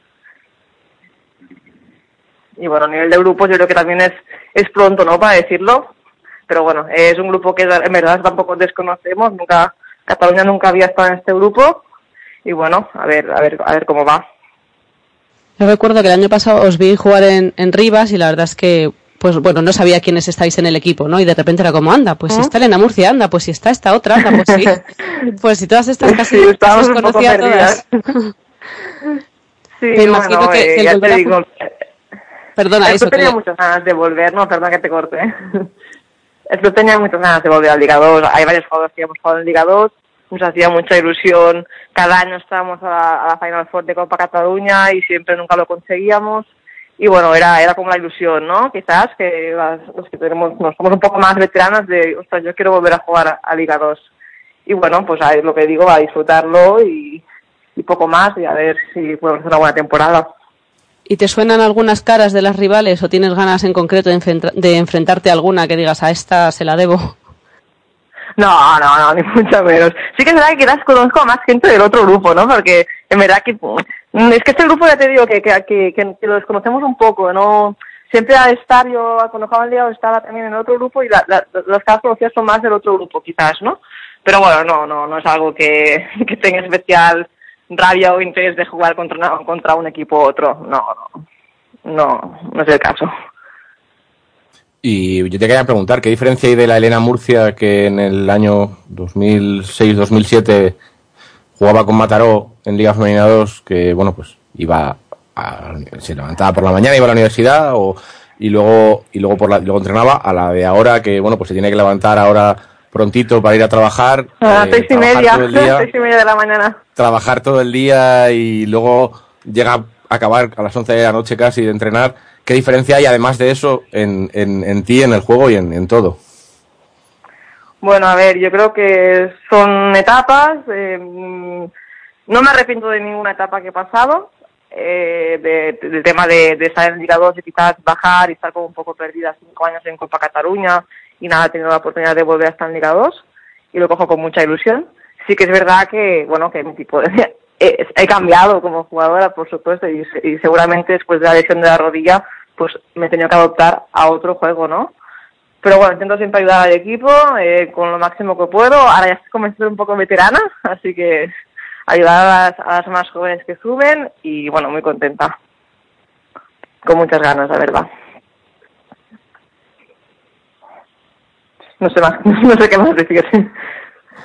Y bueno, a nivel de grupos yo creo que también es, es pronto, ¿no? Para decirlo, pero bueno, es un grupo que en verdad tampoco desconocemos, nunca, Cataluña nunca había estado en este grupo y bueno, a ver, a ver, a ver cómo va. Yo recuerdo que el año pasado os vi jugar en, en Rivas y la verdad es que, pues bueno, no sabía quiénes estáis en el equipo, ¿no? Y de repente era como, anda, pues si está Elena Murcia, anda, pues si está esta otra, anda, pues sí. Pues si todas estas casi Sí, casi estábamos os un poco conocía a perdidas. todas. Sí, Me imagino bueno, que- eh, que el ya te volver a digo, Perdona, esto eso. que tenía le- muchas ganas de volver, no, perdón que te corte. Esto tenía muchas ganas de volver al Liga dos. Hay varios jugadores que hemos jugado en Liga dos, nos hacía mucha ilusión. Cada año estábamos a la, a la Final Four de Copa Cataluña y siempre nunca lo conseguíamos. Y bueno, era era como la ilusión, ¿no? Quizás que las, los que tenemos, nos somos un poco más veteranas de, ostras, yo quiero volver a jugar a, a Liga dos. Y bueno, pues a, lo que digo, a disfrutarlo y, y poco más y a ver si podemos hacer una buena temporada. ¿Y te suenan algunas caras de las rivales o tienes ganas en concreto de, enfrenta- de enfrentarte a alguna que digas, a esta se la debo? No, no, no, ni mucho menos. Sí que es verdad que quizás conozco a más gente del otro grupo, ¿no? Porque en verdad que mm, es que este grupo ya te digo que, que, que, que- que lo desconocemos un poco, ¿no? Siempre al estar yo, cuando jugaba en Liga estaba también en el otro grupo y la, la, las caras conocidas son más del otro grupo quizás, ¿no? Pero bueno, no, no, no es algo que, que tenga especial rabia o interés de jugar contra, una- contra un equipo u otro. No, no, no, no es el caso. Y yo te quería preguntar, ¿qué diferencia hay de la Elena Murcia que en el año dos mil seis dos mil siete jugaba con Mataró en Liga Femenina dos, que bueno, pues iba a, se levantaba por la mañana, iba a la universidad o, y luego y luego por la, luego entrenaba, a la de ahora que bueno, pues se tiene que levantar ahora prontito para ir a trabajar, A las eh, seis y trabajar media, todo el día, seis y media de la mañana. trabajar todo el día y luego llega a acabar a las once de la noche casi de entrenar. ¿Qué diferencia hay además de eso en, en, en ti, en el juego y en, en todo? Bueno, a ver, yo creo que son etapas. Eh, no me arrepiento de ninguna etapa que he pasado. Eh, de, del tema de, de estar en Liga dos, de quizás bajar y estar como un poco perdida cinco años en Copa Cataluña y nada, he tenido la oportunidad de volver a estar en Liga dos y lo cojo con mucha ilusión. Sí que es verdad que, bueno, que mi tipo de, he, he cambiado como jugadora, por supuesto, y, y seguramente después de la lesión de la rodilla, pues me he tenido que adoptar a otro juego, ¿no? Pero bueno, intento siempre ayudar al equipo eh, con lo máximo que puedo. Ahora ya estoy comenzando a ser un poco veterana, así que ayudar a las, a las más jóvenes que suben y bueno, muy contenta. Con muchas ganas, la verdad. No sé más, no sé qué más decir.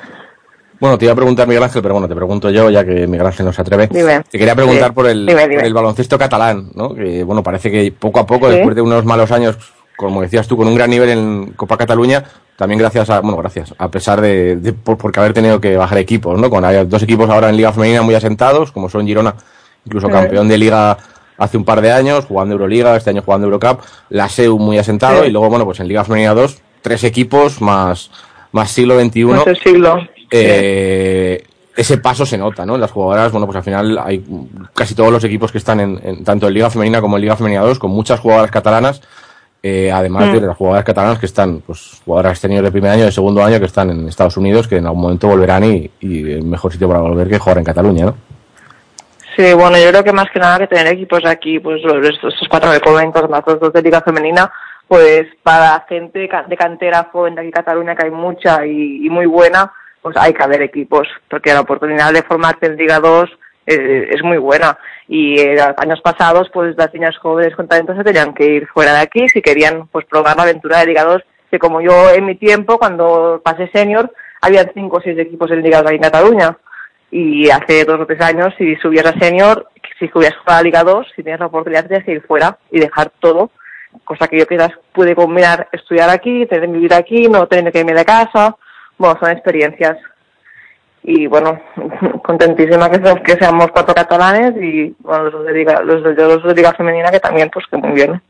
Bueno, te iba a preguntar Miguel Ángel, pero bueno, te pregunto yo, ya que Miguel Ángel no se atreve. Dime. Te quería preguntar Sí. por, el, Dime, dime. por el baloncesto catalán, ¿no? Que, bueno, parece que poco a poco, Sí. después de unos malos años, como decías tú, con un gran nivel en Copa Cataluña, también gracias a, bueno, gracias, a pesar de, de por, porque haber tenido que bajar equipos, ¿no? Con hay dos equipos ahora en Liga Femenina muy asentados, como son Girona, incluso Sí. campeón de Liga hace un par de años, jugando Euroliga, este año jugando Eurocup, la S E U muy asentado, Sí. y luego, bueno, pues en Liga Femenina dos, tres equipos más, más siglo veintiuno. Más el siglo. Eh, ese paso se nota, ¿no? En las jugadoras, bueno, pues al final hay casi todos los equipos que están en, en tanto en Liga Femenina como en Liga Femenina dos, con muchas jugadoras catalanas, eh, además Mm. de las jugadoras catalanas que están, pues, jugadoras senior de primer año, de segundo año, que están en Estados Unidos, que en algún momento volverán y, y el mejor sitio para volver que jugar en Cataluña, ¿no? Sí, bueno, yo creo que más que nada que tener equipos aquí, pues los, estos cuatro que comentas, más los dos de Liga Femenina, pues para gente ca- de cantera joven de aquí Cataluña, que hay mucha y, y muy buena, pues hay que haber equipos, porque la oportunidad de formarte en Liga dos eh, es muy buena. Y eh, los años pasados, pues las niñas jóvenes con talento se tenían que ir fuera de aquí si querían pues probar la aventura de Liga dos, que como yo en mi tiempo, cuando pasé senior, había cinco o seis equipos en Liga dos aquí en Cataluña. Y hace dos o tres años, si subías a senior, si subías a la Liga dos, si tenías la oportunidad de ir fuera y dejar todo, cosa que yo quizás pude combinar estudiar aquí, tener que vivir aquí, no tener que irme de casa. Bueno, son experiencias. Y bueno, contentísima que, se- que seamos cuatro catalanes y bueno, los de Liga, los de, los de Liga Femenina que también, pues que muy bien.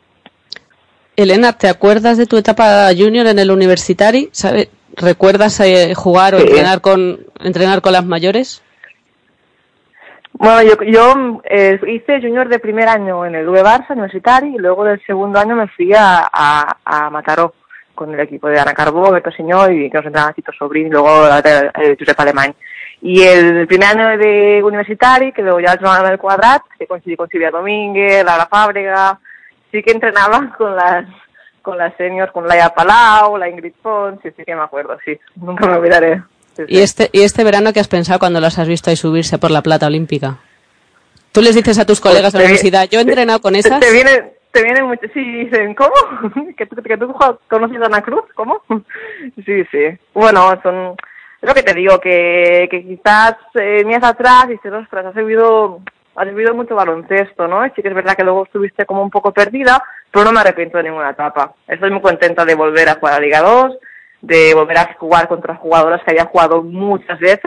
Elena, ¿te acuerdas de tu etapa junior en el Universitari? ¿Sabe- ¿Recuerdas eh, jugar o Sí. entrenar con entrenar con las mayores? Bueno, yo, yo eh, hice junior de primer año en el U E Barça Universitari y luego del segundo año me fui a, a, a Mataró con el equipo de Ana Carbó, Beto Señor y que nos entrenaba Tito Sobrín y luego el, el Josep Alemany. Y el primer año de Universitari, que luego ya entrenaba en el Quadrat, que coincidí con Silvia Domínguez, Laura Fábrega, sí que entrenaba con las con las seniors, con Laia Palau, la Ingrid Pons, sí, sí que me acuerdo, sí, nunca me olvidaré. Sí, ¿Y este y este verano qué has pensado cuando las has visto ahí subirse por la plata olímpica? Tú les dices a tus colegas de la Pues te vi- universidad, yo he entrenado con esas. Te vienen, te vienen mucho, sí, dicen, ¿cómo? ¿Que tú, que tú conoces a Ana Cruz? ¿Cómo? Sí, sí. Bueno, son, es lo que te digo, que, que quizás eh, miras atrás y dices, ostras, has vivido, has vivido mucho baloncesto, ¿no? Y sí que es verdad que luego estuviste como un poco perdida, pero no me arrepiento de ninguna etapa. Estoy muy contenta de volver a jugar a Liga dos, de volver a jugar contra jugadoras que había jugado muchas veces.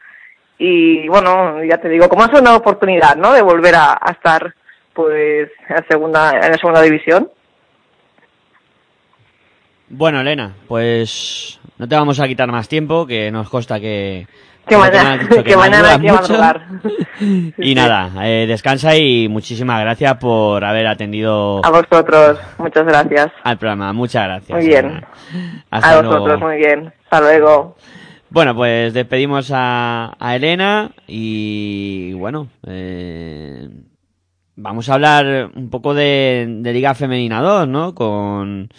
Y bueno, ya te digo, como es una oportunidad, ¿no? De volver a, a estar, pues, en la segunda, en la segunda división. Bueno, Elena, pues no te vamos a quitar más tiempo, que nos consta que... Que lo mañana- me has dicho que mañana madrugas hay que mucho. madrugar. Y nada, eh, descansa y muchísimas gracias por haber atendido A vosotros, muchas gracias. al programa. Muchas gracias. Muy bien. Elena. Hasta A luego. vosotros, muy bien. Hasta luego. Bueno, pues despedimos a, a Elena y bueno, eh, vamos a hablar un poco de, de Liga Femenina dos, ¿no? Con,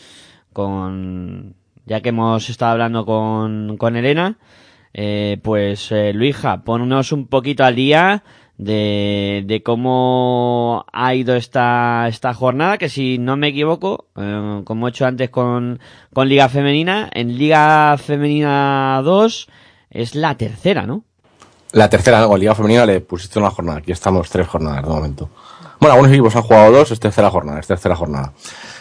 con ya que hemos estado hablando con, con Elena, eh, pues eh, Luija, ponnos un poquito al día de, de cómo ha ido esta, esta jornada, que si no me equivoco, eh, como he hecho antes con, con Liga Femenina, en Liga Femenina dos es la tercera, ¿no? La tercera, ¿no? Con Liga Femenina le pusiste una jornada. Aquí estamos tres jornadas de momento. Bueno, algunos equipos han jugado dos, es tercera jornada, es tercera jornada.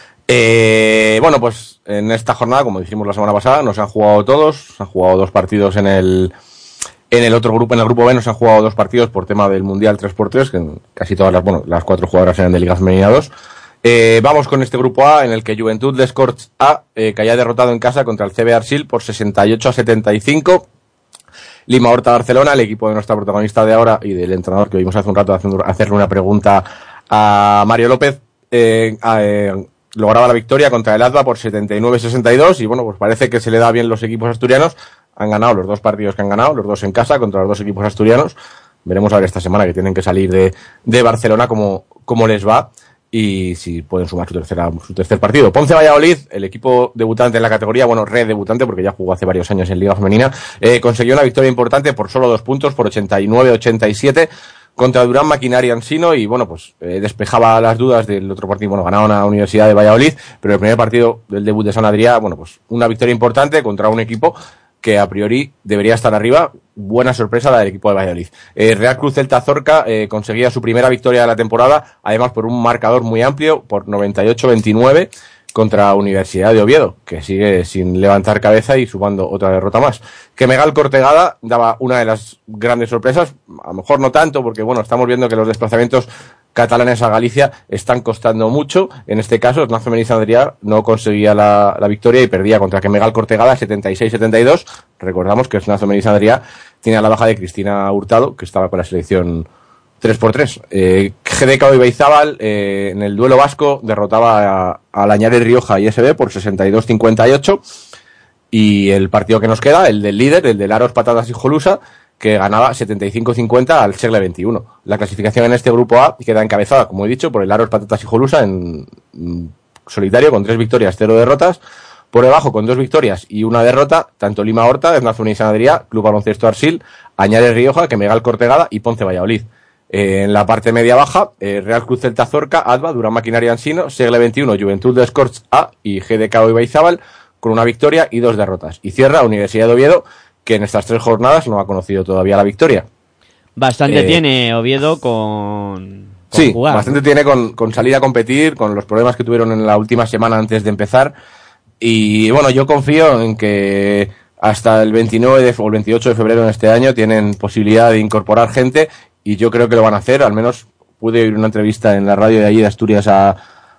Eh, bueno, pues en esta jornada, como dijimos la semana pasada, nos han jugado todos, se han jugado dos partidos en el en el otro grupo, en el grupo B nos han jugado dos partidos por tema del Mundial tres por tres, que casi todas las, bueno, las cuatro jugadoras eran de Liga Femenina dos. Eh, vamos con este grupo A, en el que Juventud Les Corts A, eh, que haya derrotado en casa contra el C B Arsil por sesenta y ocho a setenta y cinco. Lima Horta Barcelona, el equipo de nuestra protagonista de ahora y del entrenador que vimos hace un rato haciendo, hacerle una pregunta a Mario López, eh, eh, lograba la victoria contra el A D V A por setenta y nueve a sesenta y dos y bueno, pues parece que se le da bien los equipos asturianos. Han ganado los dos partidos que han ganado, los dos en casa contra los dos equipos asturianos. Veremos a ver esta semana que tienen que salir de, de Barcelona cómo, cómo les va y si pueden sumar su, tercera, su tercer partido. Ponce Valladolid, el equipo debutante en la categoría, bueno, redebutante porque ya jugó hace varios años en Liga Femenina, eh, consiguió una victoria importante por solo dos puntos, por ochenta y nueve a ochenta y siete contra Durán Maquinaria Ansino y bueno, pues eh, despejaba las dudas del otro partido. Bueno, ganaron a la Universidad de Valladolid, pero el primer partido del debut de San Adrià, bueno, pues una victoria importante contra un equipo que a priori debería estar arriba. Buena sorpresa la del equipo de Valladolid. Eh, Real Cruz Celta Zorca eh, conseguía su primera victoria de la temporada, además por un marcador muy amplio, por noventa y ocho a veintinueve, contra Universidad de Oviedo, que sigue sin levantar cabeza y sumando otra derrota más. Que Megal Cortegada daba una de las grandes sorpresas, a lo mejor no tanto, porque bueno, estamos viendo que los desplazamientos catalanes a Galicia están costando mucho. En este caso, Hernán Femeniz Adrià no conseguía la, la victoria y perdía contra Kemegal Cortegada setenta y seis a setenta y dos. Recordamos que Hernán Femeniz Adrià tiene la baja de Cristina Hurtado, que estaba con la selección tres por tres. Eh, G D K Ibaizábal eh, en el duelo vasco derrotaba a, a Lañares Rioja y S B por sesenta y dos a cincuenta y ocho. Y el partido que nos queda, el del líder, el del Aros Patatas y Jolusa, que ganaba setenta y cinco a cincuenta al Segle veintiuno. La clasificación en este grupo A queda encabezada, como he dicho, por el Aros Patatas y Jolusa en, en solitario, con tres victorias, cero derrotas. Por debajo, con dos victorias y una derrota, tanto Lima Horta, Hernán Femeniz Adrià, Club Baloncesto Arsil, Añares Rioja, Kemegal Cortegada y Ponce Valladolid. Eh, en la parte media-baja, eh, Real Cruz Celta Zorca, Adva, Durán Maquinaria Ansino, Segle veintiuno, Juventud de Escorts A y G D K Ibaizábal, con una victoria y dos derrotas. Y cierra Universidad de Oviedo, que en estas tres jornadas no ha conocido todavía la victoria. Bastante Eh, tiene Oviedo con, con sí, jugar. bastante tiene con, con salir a competir, con los problemas que tuvieron en la última semana antes de empezar. Y bueno, yo confío en que hasta el veintinueve de, o el veintiocho de febrero de este año tienen posibilidad de incorporar gente, y yo creo que lo van a hacer. Al menos pude oír una entrevista en la radio de allí de Asturias a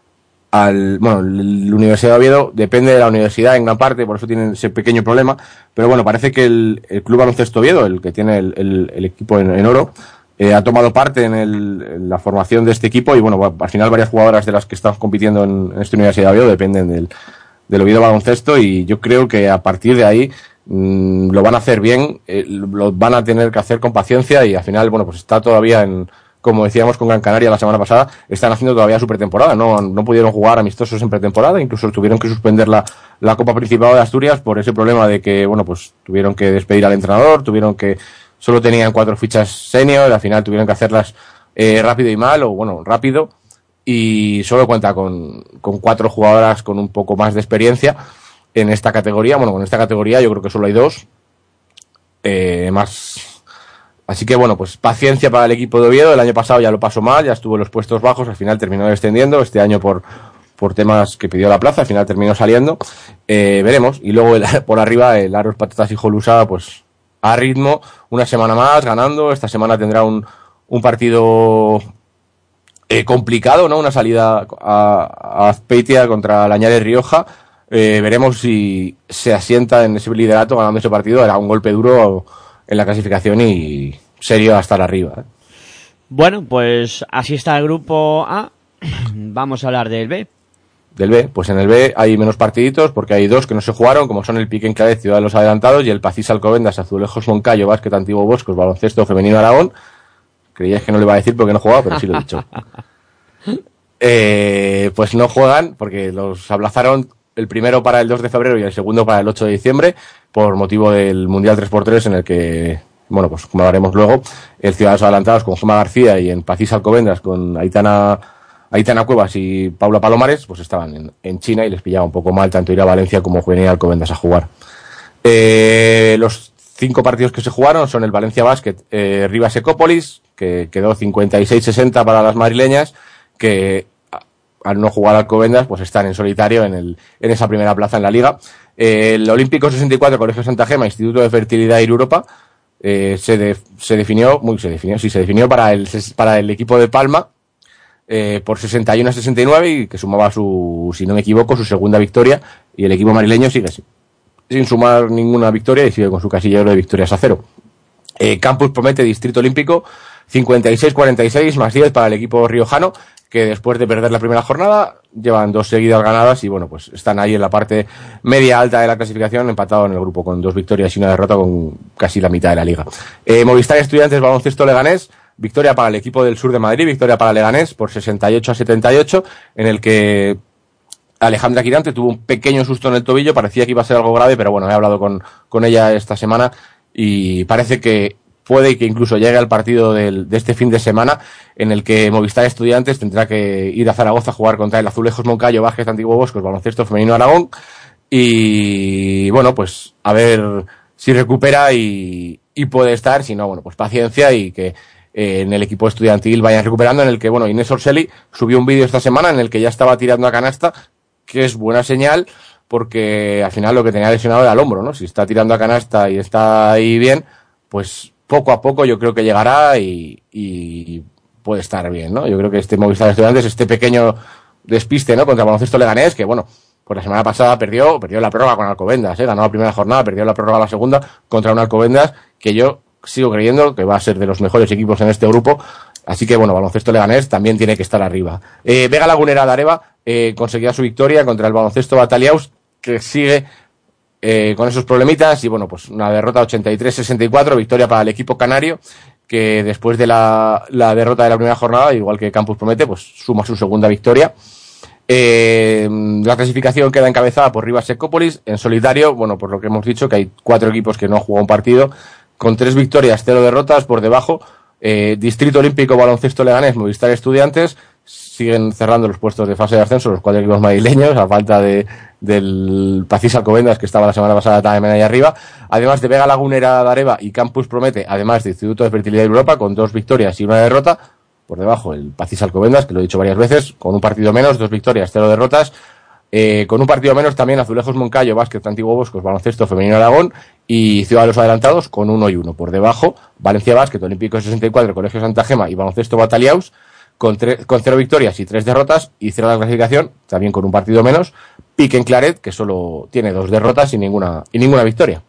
al bueno, la Universidad de Oviedo. Depende de la universidad en gran parte, por eso tienen ese pequeño problema, pero bueno, parece que el, el Club Baloncesto Oviedo, el que tiene el, el, el equipo en, en oro, eh, ha tomado parte en, el, en la formación de este equipo, y bueno, al final varias jugadoras de las que están compitiendo en, en esta Universidad de Oviedo dependen del, del Oviedo Baloncesto, y yo creo que a partir de ahí mmm, lo van a hacer bien, eh, lo van a tener que hacer con paciencia, y al final, bueno, pues está todavía en, como decíamos con Gran Canaria la semana pasada, están haciendo todavía su pretemporada, no, no pudieron jugar amistosos en pretemporada, incluso tuvieron que suspender la, la Copa Principado de Asturias por ese problema de que, bueno, pues tuvieron que despedir al entrenador, tuvieron que, solo tenían cuatro fichas senior, al final tuvieron que hacerlas eh, rápido y mal, o bueno, rápido, y solo cuenta con, con cuatro jugadoras con un poco más de experiencia en esta categoría. Bueno, con esta categoría yo creo que solo hay dos, eh, más. Así que bueno, pues paciencia para el equipo de Oviedo. El año pasado ya lo pasó mal, ya estuvo en los puestos bajos, al final terminó descendiendo. Este año por, por temas que pidió la plaza, al final terminó saliendo. Eh, veremos. Y luego el, por arriba el Aros Patatas y Jolusa, pues a ritmo, una semana más ganando. Esta semana tendrá un, un partido eh, complicado, ¿no? Una salida a, a Azpeitia contra Lañares Rioja. Eh, veremos si se asienta en ese liderato ganando ese partido. Era un golpe duro en la clasificación y serio hasta la arriba, ¿eh? Bueno, pues así está el grupo A. Vamos a hablar del B. Del B, pues en el B hay menos partiditos porque hay dos que no se jugaron, como son el Pique Enclavez Ciudad de los Adelantados y el Pacís Alcobendas Azulejos Moncayo Básquet Antiguo Boscos Baloncesto Femenino Aragón. Creíais que no le iba a decir porque no jugaba, pero sí lo he dicho. eh, pues no juegan porque los aplazaron, el primero para el dos de febrero y el segundo para el ocho de diciembre, por motivo del Mundial tres por tres, en el que, bueno, pues como haremos luego, el Ciudadanos Adelantados con Gemma García y en Pacís Alcobendas con Aitana, Aitana Cuevas y Paula Palomares, pues estaban en, en China y les pillaba un poco mal tanto ir a Valencia como Juvenil Alcobendas a jugar. Eh, los cinco partidos que se jugaron son el Valencia Basket eh, Rivas Ecópolis, que quedó cincuenta y seis sesenta para las madrileñas, que al no jugar Alcobendas, pues están en solitario en el en esa primera plaza en la liga. Eh, el Olímpico sesenta y cuatro, Colegio Santa Gema, Instituto de Fertilidad y Europa, eh, se, de, se definió, muy se definió, sí, se definió para el para el equipo de Palma eh, por sesenta y uno a sesenta y nueve, y que sumaba su, si no me equivoco, su segunda victoria, y el equipo madrileño sigue sin, sin sumar ninguna victoria y sigue con su casillero de victorias a cero. Eh, Campus Promete Distrito Olímpico, cincuenta y seis cuarenta y seis más diez para el equipo riojano, que después de perder la primera jornada llevan dos seguidas ganadas y bueno, pues están ahí en la parte media alta de la clasificación, empatado en el grupo con dos victorias y una derrota, con casi la mitad de la liga. Eh, Movistar Estudiantes Baloncesto Leganés, victoria para el equipo del sur de Madrid, victoria para Leganés por sesenta y ocho a setenta y ocho, en el que Alejandra Quirante tuvo un pequeño susto en el tobillo, parecía que iba a ser algo grave, pero bueno, he hablado con, con ella esta semana y parece que puede que incluso llegue al partido del, de este fin de semana, en el que Movistar Estudiantes tendrá que ir a Zaragoza a jugar contra el Azulejos Moncayo Básquet Antiguo Boscos Baloncesto Femenino Aragón. Y bueno, pues a ver si recupera y, y puede estar, si no, bueno, pues paciencia y que eh, en el equipo estudiantil vayan recuperando, en el que, bueno, Inés Orselli subió un vídeo esta semana en el que ya estaba tirando a canasta, que es buena señal, porque al final lo que tenía lesionado era el hombro, ¿no? Si está tirando a canasta y está ahí bien, pues poco a poco yo creo que llegará y, y puede estar bien, ¿no? Yo creo que este Movistar Estudiantes, este pequeño despiste, ¿no? Contra el Baloncesto Leganés, que bueno, pues la semana pasada perdió, perdió la prórroga con Alcobendas, ¿eh? Ganó la primera jornada, perdió la prórroga la segunda contra un Alcobendas que yo sigo creyendo que va a ser de los mejores equipos en este grupo. Así que bueno, Baloncesto Leganés también tiene que estar arriba. Eh, Vega Lagunera de Areva eh, conseguía su victoria contra el Baloncesto Bataliaus, que sigue eh, con esos problemitas, y bueno, pues una derrota ochenta y tres sesenta y cuatro, victoria para el equipo canario, que después de la, la derrota de la primera jornada, igual que Campus Promete, pues suma su segunda victoria. Eh, la clasificación queda encabezada por Rivas Ecópolis. En solitario, bueno, por lo que hemos dicho, que hay cuatro equipos que no han jugado un partido, con tres victorias, cero derrotas. Por debajo, eh, Distrito Olímpico, Baloncesto Leganés, Movistar Estudiantes, siguen cerrando los puestos de fase de ascenso los cuatro equipos madrileños, a falta de del Pacís Alcobendas, que estaba la semana pasada también ahí arriba, además de Vega Lagunera de Areva y Campus Promete, además de Instituto de Fertilidad de Europa, con dos victorias y una derrota. Por debajo el Pacís Alcobendas, que lo he dicho varias veces, con un partido menos, dos victorias, cero derrotas. Eh, con un partido menos también Azulejos Moncayo, Básquet Antiguo Boscos, Baloncesto Femenino Aragón y Ciudad de los Adelantados con uno y uno. Por debajo, Valencia Básquet, Olímpico sesenta y cuatro, Colegio Santa Gema y Baloncesto Bataliaus con, tre- con cero victorias y tres derrotas, y cierra la clasificación también con un partido menos Piquen Claret, que solo tiene dos derrotas y ninguna, y ninguna victoria.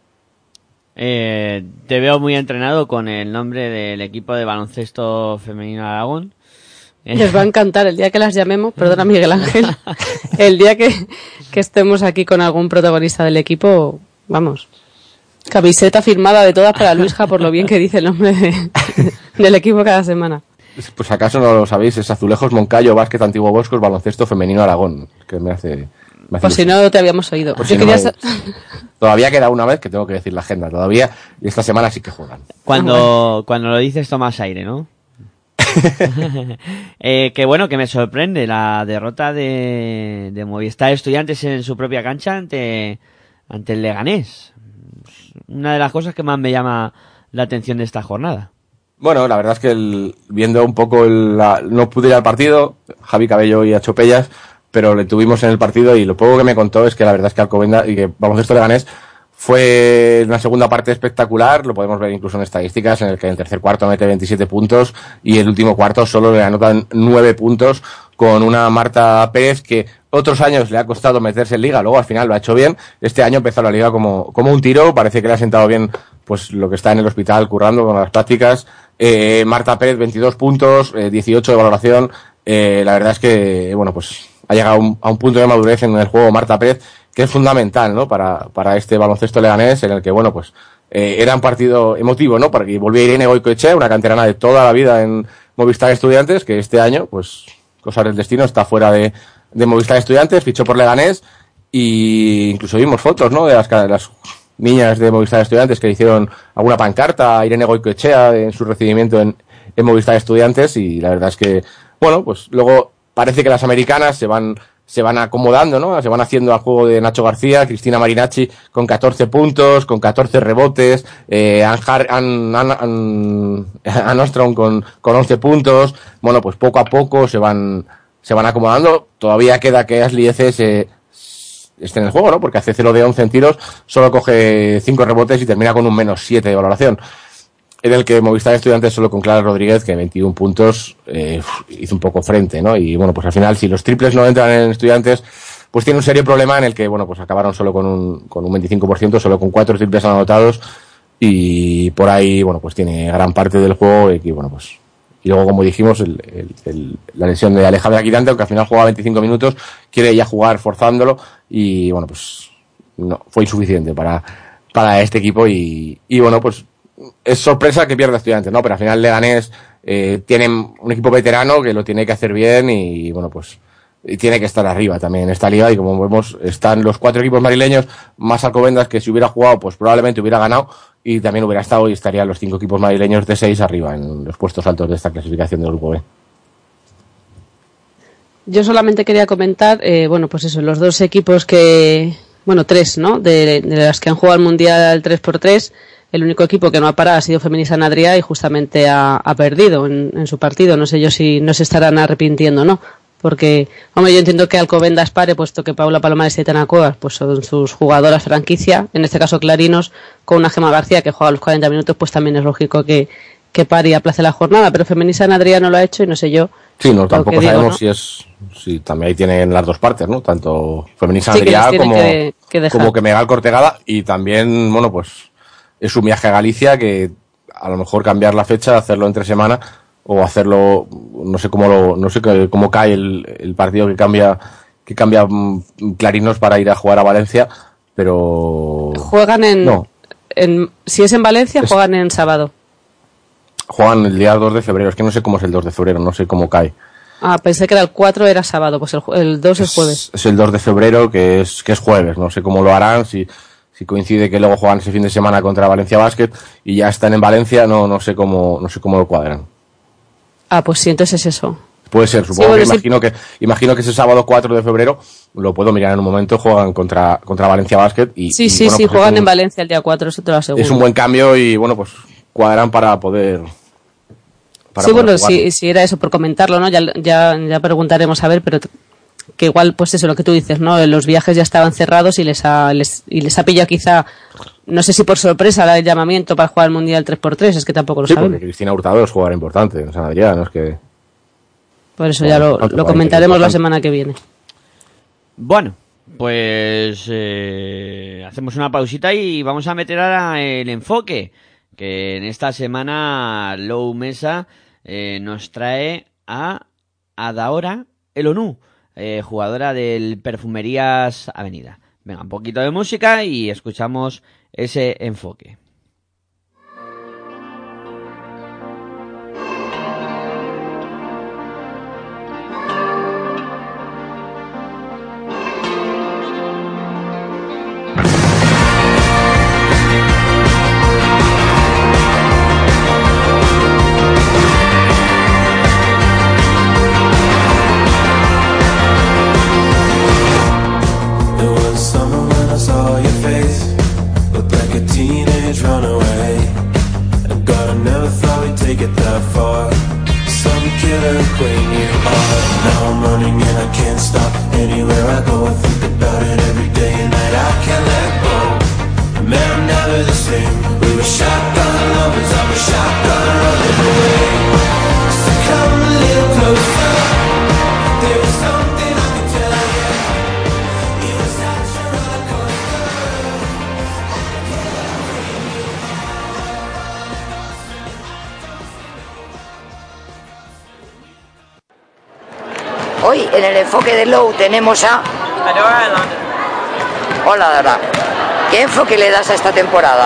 Eh, te veo muy entrenado con el nombre del equipo de baloncesto femenino Aragón. Les va a encantar el día que las llamemos, perdona Miguel Ángel, el día que, que estemos aquí con algún protagonista del equipo, vamos, camiseta firmada de todas para Luisja por lo bien que dice el nombre de, del equipo cada semana. Pues acaso no lo sabéis, es Azulejos Moncayo, Básquet Antiguo Boscos, Baloncesto Femenino Aragón, que me hace... Me hace pues si no te habíamos oído. Pues Yo si quería no, sa- todavía queda una vez que tengo que decir la agenda, todavía, y esta semana sí que juegan. Cuando, Ah, bueno. cuando lo dices tomas aire, ¿no? eh, que bueno, que me sorprende la derrota de, de Movistar Estudiantes en su propia cancha ante, ante el Leganés. Una de las cosas que más me llama la atención de esta jornada. Bueno, la verdad es que el, viendo un poco el, la, no pude ir al partido, Javi Cabello y a Chopellas, pero le tuvimos en el partido y lo poco que me contó es que la verdad es que Alcobendas y que Baloncesto Leganés fue una segunda parte espectacular, lo podemos ver incluso en estadísticas, en el que en el tercer cuarto mete veintisiete puntos y el último cuarto solo le anotan nueve puntos, con una Marta Pérez que otros años le ha costado meterse en liga, luego al final lo ha hecho bien. Este año empezó la liga como, como un tiro, parece que le ha sentado bien pues lo que está en el hospital currando con las prácticas. Eh, Marta Pérez, veintidós puntos, eh, dieciocho de valoración. Eh, la verdad es que, bueno, pues ha llegado a un, a un punto de madurez en el juego Marta Pérez, que es fundamental, ¿no? Para, para este baloncesto leganés, en el que, bueno, pues, eh, era un partido emotivo, ¿no? Porque volvía Irene Goicoechea, una canterana de toda la vida en Movistar Estudiantes, que este año, pues, cosas del destino, está fuera de, de Movistar Estudiantes, fichó por Leganés, y incluso vimos fotos, ¿no? De las, de las niñas de Movistar Estudiantes que le hicieron alguna pancarta a Irene Goicoechea en su recibimiento en, en Movistar Estudiantes, y la verdad es que, bueno, pues luego parece que las americanas se van se van acomodando, ¿no? Se van haciendo al juego de Nacho García, Cristina Marinacci con catorce puntos, con catorce rebotes, eh, Ann, Har- Ann, Ann, Ann, Ann Ostrom con, con once puntos. Bueno, pues poco a poco se van se van acomodando. Todavía queda que Ashley Ece se esté en el juego, ¿no? Porque hace cero de once en tiros, solo coge cinco rebotes y termina con un menos siete de valoración. En el que Movistar Estudiantes solo con Clara Rodríguez, que veintiún puntos, eh, hizo un poco frente, ¿no? Y bueno, pues al final, si los triples no entran en Estudiantes, pues tiene un serio problema en el que, bueno, pues acabaron solo con un, con un veinticinco por ciento, solo con cuatro triples anotados, y por ahí, bueno, pues tiene gran parte del juego, y bueno, pues, y luego, como dijimos, el, el, el, la lesión de Alejandra Quitante, aunque al final juega veinticinco minutos, quiere ya jugar forzándolo, y bueno, pues, no, fue insuficiente para, para este equipo, y, y bueno, pues, es sorpresa que pierda Estudiantes, ¿no? Pero al final Leganés eh, tiene un equipo veterano que lo tiene que hacer bien y, bueno, pues y tiene que estar arriba también en esta liga, y como vemos están los cuatro equipos madrileños más Alcobendas, que si hubiera jugado pues probablemente hubiera ganado y también hubiera estado, y estarían los cinco equipos madrileños de seis arriba en los puestos altos de esta clasificación del grupo B. Yo solamente quería comentar, eh, bueno, pues eso, los dos equipos que, bueno, tres, ¿no? De, de las que han jugado el Mundial tres por tres, el único equipo que no ha parado ha sido Femení Sant Adrià y justamente ha, ha perdido en, en su partido. No sé yo si no se estarán arrepintiendo, ¿no? Porque, hombre, yo entiendo que Alcobendas pare, puesto que Paula Palomares y Aitana Cuevas pues son sus jugadoras franquicia, en este caso Clarinos, con una Gemma García que juega los cuarenta minutos, pues también es lógico que, que pare y aplace la jornada, pero Femení Sant Adrià no lo ha hecho y no sé yo. Sí, no, tampoco digo, sabemos ¿no? si es, si también ahí tienen las dos partes, ¿no? Tanto Femení Sant Sí, que Adrià les tienen como, que- que dejar. como que Megal Cortegada, y también, bueno, pues es un viaje a Galicia que a lo mejor cambiar la fecha, hacerlo entre semana o hacerlo, no sé cómo lo, no sé qué- cómo cae el, el partido que cambia, que cambia mm, Clarinos para ir a jugar a Valencia, pero Juegan en, no, en si es en Valencia, Es- juegan en sábado. juegan el día dos de febrero, es que no sé cómo es el dos de febrero, no sé cómo cae. Ah, pensé que era el cuatro, era sábado, pues el, ju- el dos es jueves. Es el dos de febrero, que es, que es jueves, no sé cómo lo harán, si, si coincide que luego juegan ese fin de semana contra Valencia Basket y ya están en Valencia, no, no sé cómo, no sé cómo lo cuadran. Ah, pues sí, entonces es eso. Puede ser, supongo Sí, bueno, que sí. imagino que, imagino que ese sábado cuatro de febrero, lo puedo mirar en un momento, juegan contra, contra Valencia Basket y, Sí, y, sí, bueno, sí, pues juegan es en un, Valencia el día cuatro, eso te lo aseguro. es un buen cambio y bueno, pues cuadran para poder, para Sí, poder bueno, jugar. si, si era eso por comentarlo, ¿no? Ya, ya, ya preguntaremos a ver, pero t- que igual, pues eso, lo que tú dices, ¿no? Los viajes ya estaban cerrados y les ha, les, y les ha pillado quizá, no sé si por sorpresa el llamamiento para jugar el Mundial tres por tres, es que tampoco lo Sí, sabemos. porque Cristina Hurtado es jugadora importante en San Adrián, no es que... Por eso Bueno, ya lo, tanto lo para comentaremos la importante. semana que viene. Bueno, pues eh, hacemos una pausita y vamos a meter ahora el enfoque, que en esta semana Lou Mesa eh, nos trae a Adaora Elonú, eh, jugadora del Perfumerías Avenida. Venga, un poquito de música y escuchamos ese enfoque. It was summer when I saw your face. Looked like a teenage runaway. And God, I never thought we'd take it that far. Some killer queen you are. Now I'm running and I can't stop. Anywhere I go, I think about it every day and night. I can't let go. Man, I'm never the same. We were shotgun lovers, I was shotgun running away. So come a little closer. There was something I could tell you. You were such a roller coaster. Hoy en el enfoque de Low tenemos a Adora London. Hola Adora. ¿Qué enfoque le das a esta temporada?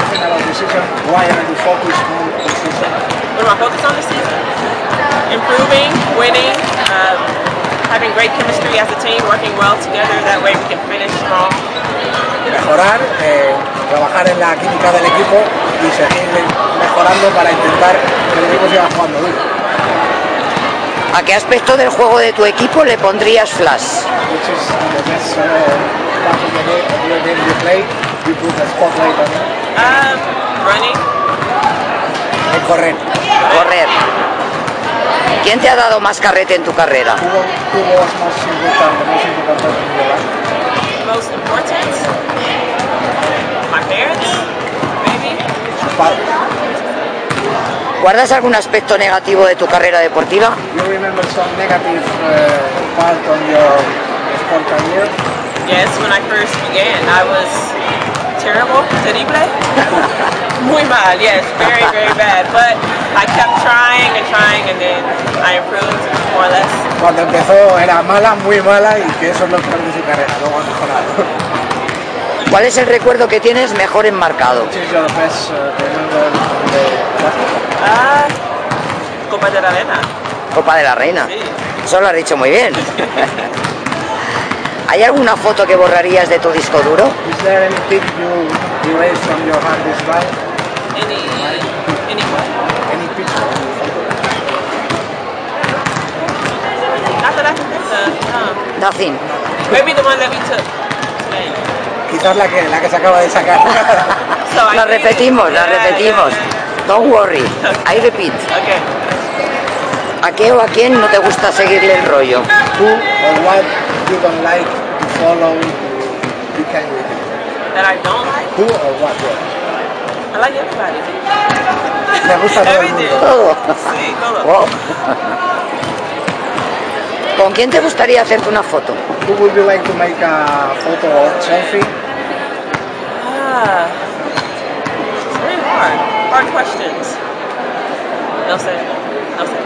What do I focus on this season? Improving, winning, um, having great chemistry as a team, working well together. That way we can finish strong. Mejorar, eh, trabajar en la química del equipo y seguir mejorando para intentar que el equipo siga jugando duro. ¿A qué aspecto del juego de tu equipo le pondrías flash? Which is the best uh, part of the game, of your game you play, you put the spotlight on it. Um, running. Eh, correr. Correr. ¿Quién te ha dado más carrete en tu carrera? Hubo, hubo más importante, más importante en mi vida. Most important? My parents? Maybe? Sus padres. ¿Guardas algún aspecto negativo de tu carrera deportiva? You remember some negative uh, part on your sport career? Yes, when I first began, I was terrible, terrible. Muy mal, yes, very, very bad. But I kept trying and trying, and then I improved more or less. Cuando empezó era mala, muy mala, y que eso es lo peor de su carrera, luego ha mejorado. ¿Cuál es el recuerdo que tienes mejor enmarcado? Which is your best uh, remember from the basketball? Ah, Copa de la Reina. Copa de la Reina. Sí. Eso lo has dicho muy bien. ¿Hay alguna foto que borrarías de tu disco duro? Is there anything you erase from your hard disk drive? Any, any what? Any picture? Not that I can think of, no. Nothing. Maybe the one that we took today. quizás la que, la que se acaba de sacar. La repetimos, la repetimos. Don't worry, I repeat. ¿A qué o a quién no te gusta seguirle el rollo? Who or what you don't like to follow, you can repeat. That I don't like? Who or what? Yeah. I like everybody. Me gusta todo el Everything. mundo. Todo. Sí, todo. Wow. ¿Con quién te gustaría hacerte una foto? Who would you like to make a photo or selfie? Ah, it's very hard. Hard questions. No sé. No sé.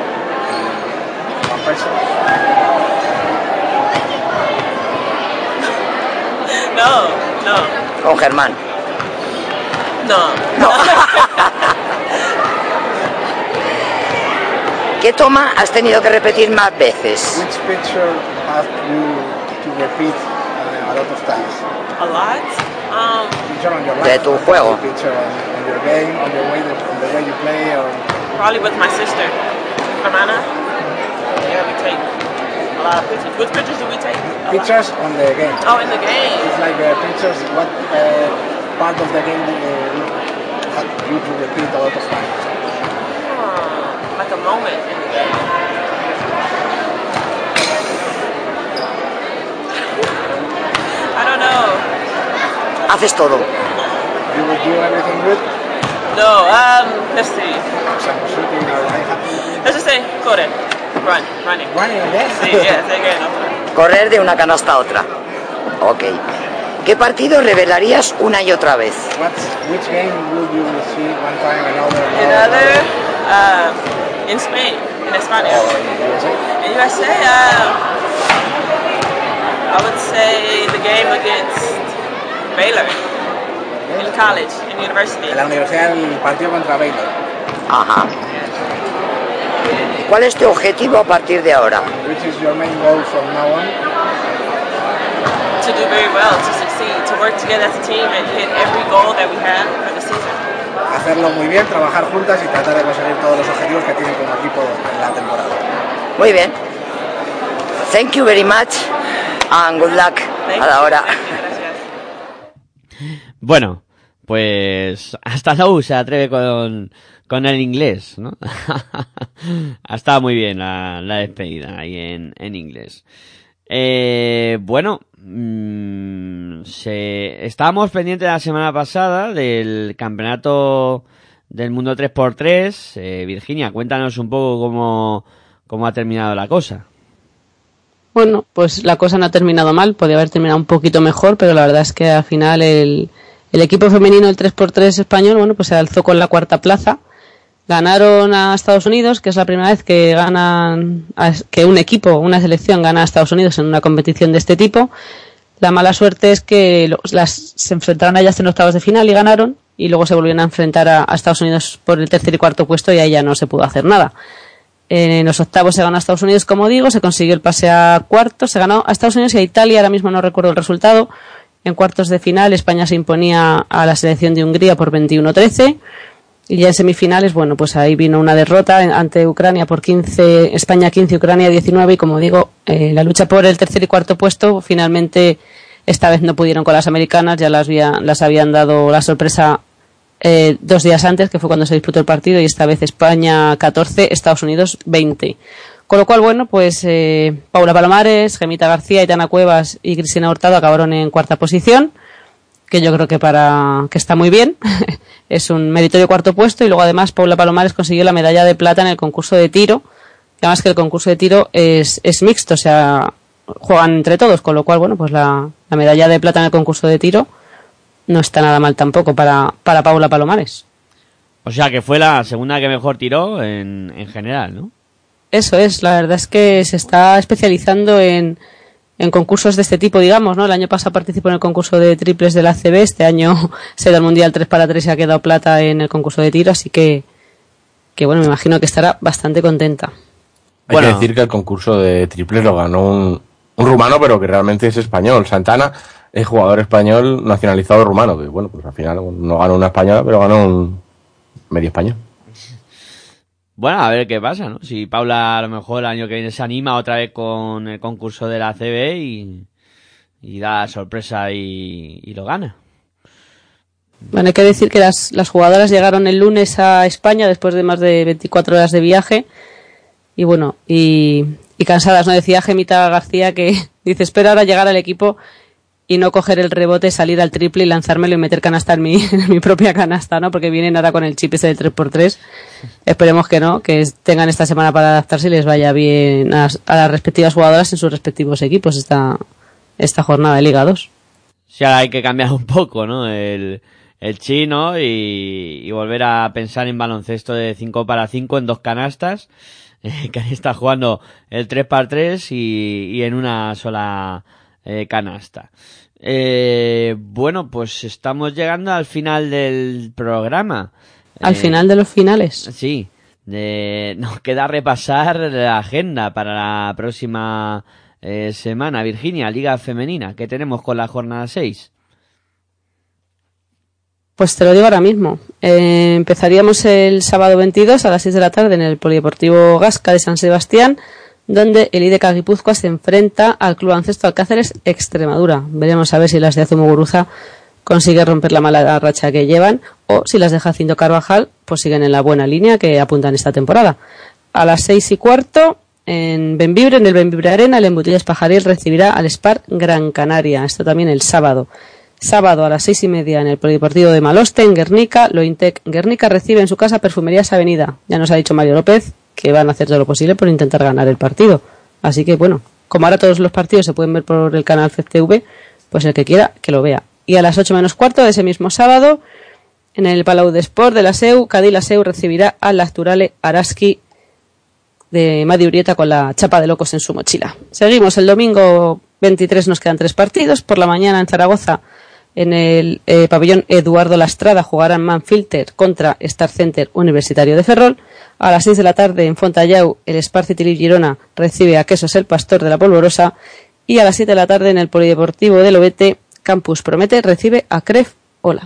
One person. No, no. Con Germán. No. ¿Qué toma has tenido que repetir más veces? Which picture have you to repeat uh, a lot of times? A lot? Um, Picture on your De life, tu juego. picture on, on your game, on your way, that, on the way you play, or probably with my sister, Hermana. Yeah, we take a lot of pictures. Which pictures do we take? A lot. pictures on the game. Oh, in the game. It's like uh, pictures. What uh, part of the game uh, have you to repeat a lot of times? Hmm, like a moment in the game. I don't know. Haces todo. You would do everything good? No, um, let's see. Some shooting or like Let's just say, corre. Run, running. running again? Sí, yeah, say again. No. Correr de una canasta a otra. Ok. ¿Qué partido revelarías una y otra vez? What's, which game would you see one time, another, Another, uh, in Spain, in España. In U S A, uh, I would say the game against Baylor, in college, in university. En la universidad el partido contra Baylor. Ajá. ¿Cuál es tu objetivo a partir de ahora? Which is your main goal from now on? To do very well, to succeed, to work together as a team and hit every goal that we have for the season. Hacerlo muy bien, trabajar juntas y tratar de conseguir todos los objetivos que tienen como equipo en la temporada. Muy bien. Thank you very much and good luck a la hora. Bueno, pues hasta Lou se atreve con, con el inglés, ¿no? Ha estado muy bien la, la despedida ahí en, en inglés. Eh, bueno, mmm, se, estábamos pendientes la semana pasada del campeonato del mundo tres por tres. Eh, Virginia, cuéntanos un poco cómo, cómo ha terminado la cosa. Bueno, pues la cosa no ha terminado mal, podría haber terminado un poquito mejor, pero la verdad es que al final el, el equipo femenino del tres por tres español, bueno, pues se alzó con la cuarta plaza. Ganaron a Estados Unidos, que es la primera vez que ganan, que un equipo, una selección gana a Estados Unidos en una competición de este tipo. La mala suerte es que los, las, se enfrentaron a ellas en octavos de final y ganaron, y luego se volvieron a enfrentar a, a Estados Unidos por el tercer y cuarto puesto y ahí ya no se pudo hacer nada. En los octavos se ganó a Estados Unidos, como digo, se consiguió el pase a cuartos, se ganó a Estados Unidos y a Italia, ahora mismo no recuerdo el resultado. En cuartos de final España se imponía a la selección de Hungría por veintiuno a trece. Y ya en semifinales, bueno, pues ahí vino una derrota ante Ucrania por quince, España quince, Ucrania diecinueve, y como digo, eh, la lucha por el tercer y cuarto puesto, finalmente esta vez no pudieron con las americanas, ya las, había, las habían dado la sorpresa eh, dos días antes, que fue cuando se disputó el partido, y esta vez España catorce, Estados Unidos veinte. Con lo cual, bueno, pues eh, Paula Palomares, Gemita García, Aitana Cuevas y Cristina Hurtado acabaron en cuarta posición, que yo creo que para que está muy bien. Es un meritorio cuarto puesto, y luego además Paula Palomares consiguió la medalla de plata en el concurso de tiro, además que el concurso de tiro es, es mixto, o sea, juegan entre todos, con lo cual, bueno, pues la, la medalla de plata en el concurso de tiro no está nada mal tampoco para, para Paula Palomares. O sea que fue la segunda que mejor tiró en, en general, ¿no? Eso es, la verdad es que se está especializando en en concursos de este tipo, digamos, ¿no? El año pasado participó en el concurso de triples de la A C B, este año se da el Mundial tres para tres y ha quedado plata en el concurso de tiro, así que, que bueno, me imagino que estará bastante contenta. Hay bueno. que decir que el concurso de triples lo ganó un, un rumano, pero que realmente es español. Santana es jugador español nacionalizado rumano, que bueno, pues al final no ganó una española, pero ganó un medio español. Bueno, a ver qué pasa, ¿no? Si Paula a lo mejor el año que viene se anima otra vez con el concurso de la A C B y, y da sorpresa y, y lo gana. Bueno, hay que decir que las, las jugadoras llegaron el lunes a España después de más de veinticuatro horas de viaje y bueno, y, y cansadas, ¿no? Decía Gemita García que dice, espero ahora llegar al equipo y no coger el rebote, salir al triple y lanzármelo y meter canasta en mi, en mi propia canasta, ¿no? Porque vienen ahora con el chip ese del tres por tres. Esperemos que no, que tengan esta semana para adaptarse y les vaya bien a, a las respectivas jugadoras en sus respectivos equipos esta, esta jornada de Liga dos. Sí, ahora hay que cambiar un poco, ¿no? El, el chino y, y volver a pensar en baloncesto de cinco para cinco en dos canastas, eh, que ahí está jugando el tres para tres y, y en una sola eh, canasta. Eh, bueno, pues estamos llegando al final del programa. Al eh, final de los finales. Sí, eh, nos queda repasar la agenda para la próxima eh, semana. Virginia, Liga Femenina, ¿qué tenemos con la jornada seis? Pues te lo digo ahora mismo. Eh, empezaríamos el sábado veintidós a las seis de la tarde en el Polideportivo Gasca de San Sebastián, donde el I D K Guipúzcoa se enfrenta al Club Baloncesto Alcáceres Extremadura. Veremos a ver si las de Azu Muguruza consigue romper la mala racha que llevan, o si las de Jacinto Carvajal pues siguen en la buena línea que apuntan esta temporada. A las seis y cuarto en Benvibre, en el Benvibre Arena, el Embutillas Pajaril recibirá al Spar Gran Canaria. Esto también el sábado. Sábado a las seis y media en el Polideportivo de Maloste, en Guernica, Lointec Guernica recibe en su casa Perfumerías Avenida. Ya nos ha dicho Mario López que van a hacer todo lo posible por intentar ganar el partido. Así que bueno, como ahora todos los partidos se pueden ver por el canal F E F T V, pues el que quiera que lo vea. Y a las ocho menos cuarto de ese mismo sábado, en el Palau de Sport de la S E U, Cadí la S E U recibirá al Acturale Araski de Madi Urieta con la chapa de locos en su mochila. Seguimos el domingo veintitrés, nos quedan tres partidos. Por la mañana en Zaragoza, en el eh, pabellón Eduardo Lastrada, jugarán Manfilter contra Star Center Universitario de Ferrol. A las seis de la tarde en Fontallau, el Spar City Girona recibe a Quesos el Pastor de la Polvorosa. Y a las siete de la tarde en el Polideportivo de Lobete, Campus Promete recibe a Cref Ola.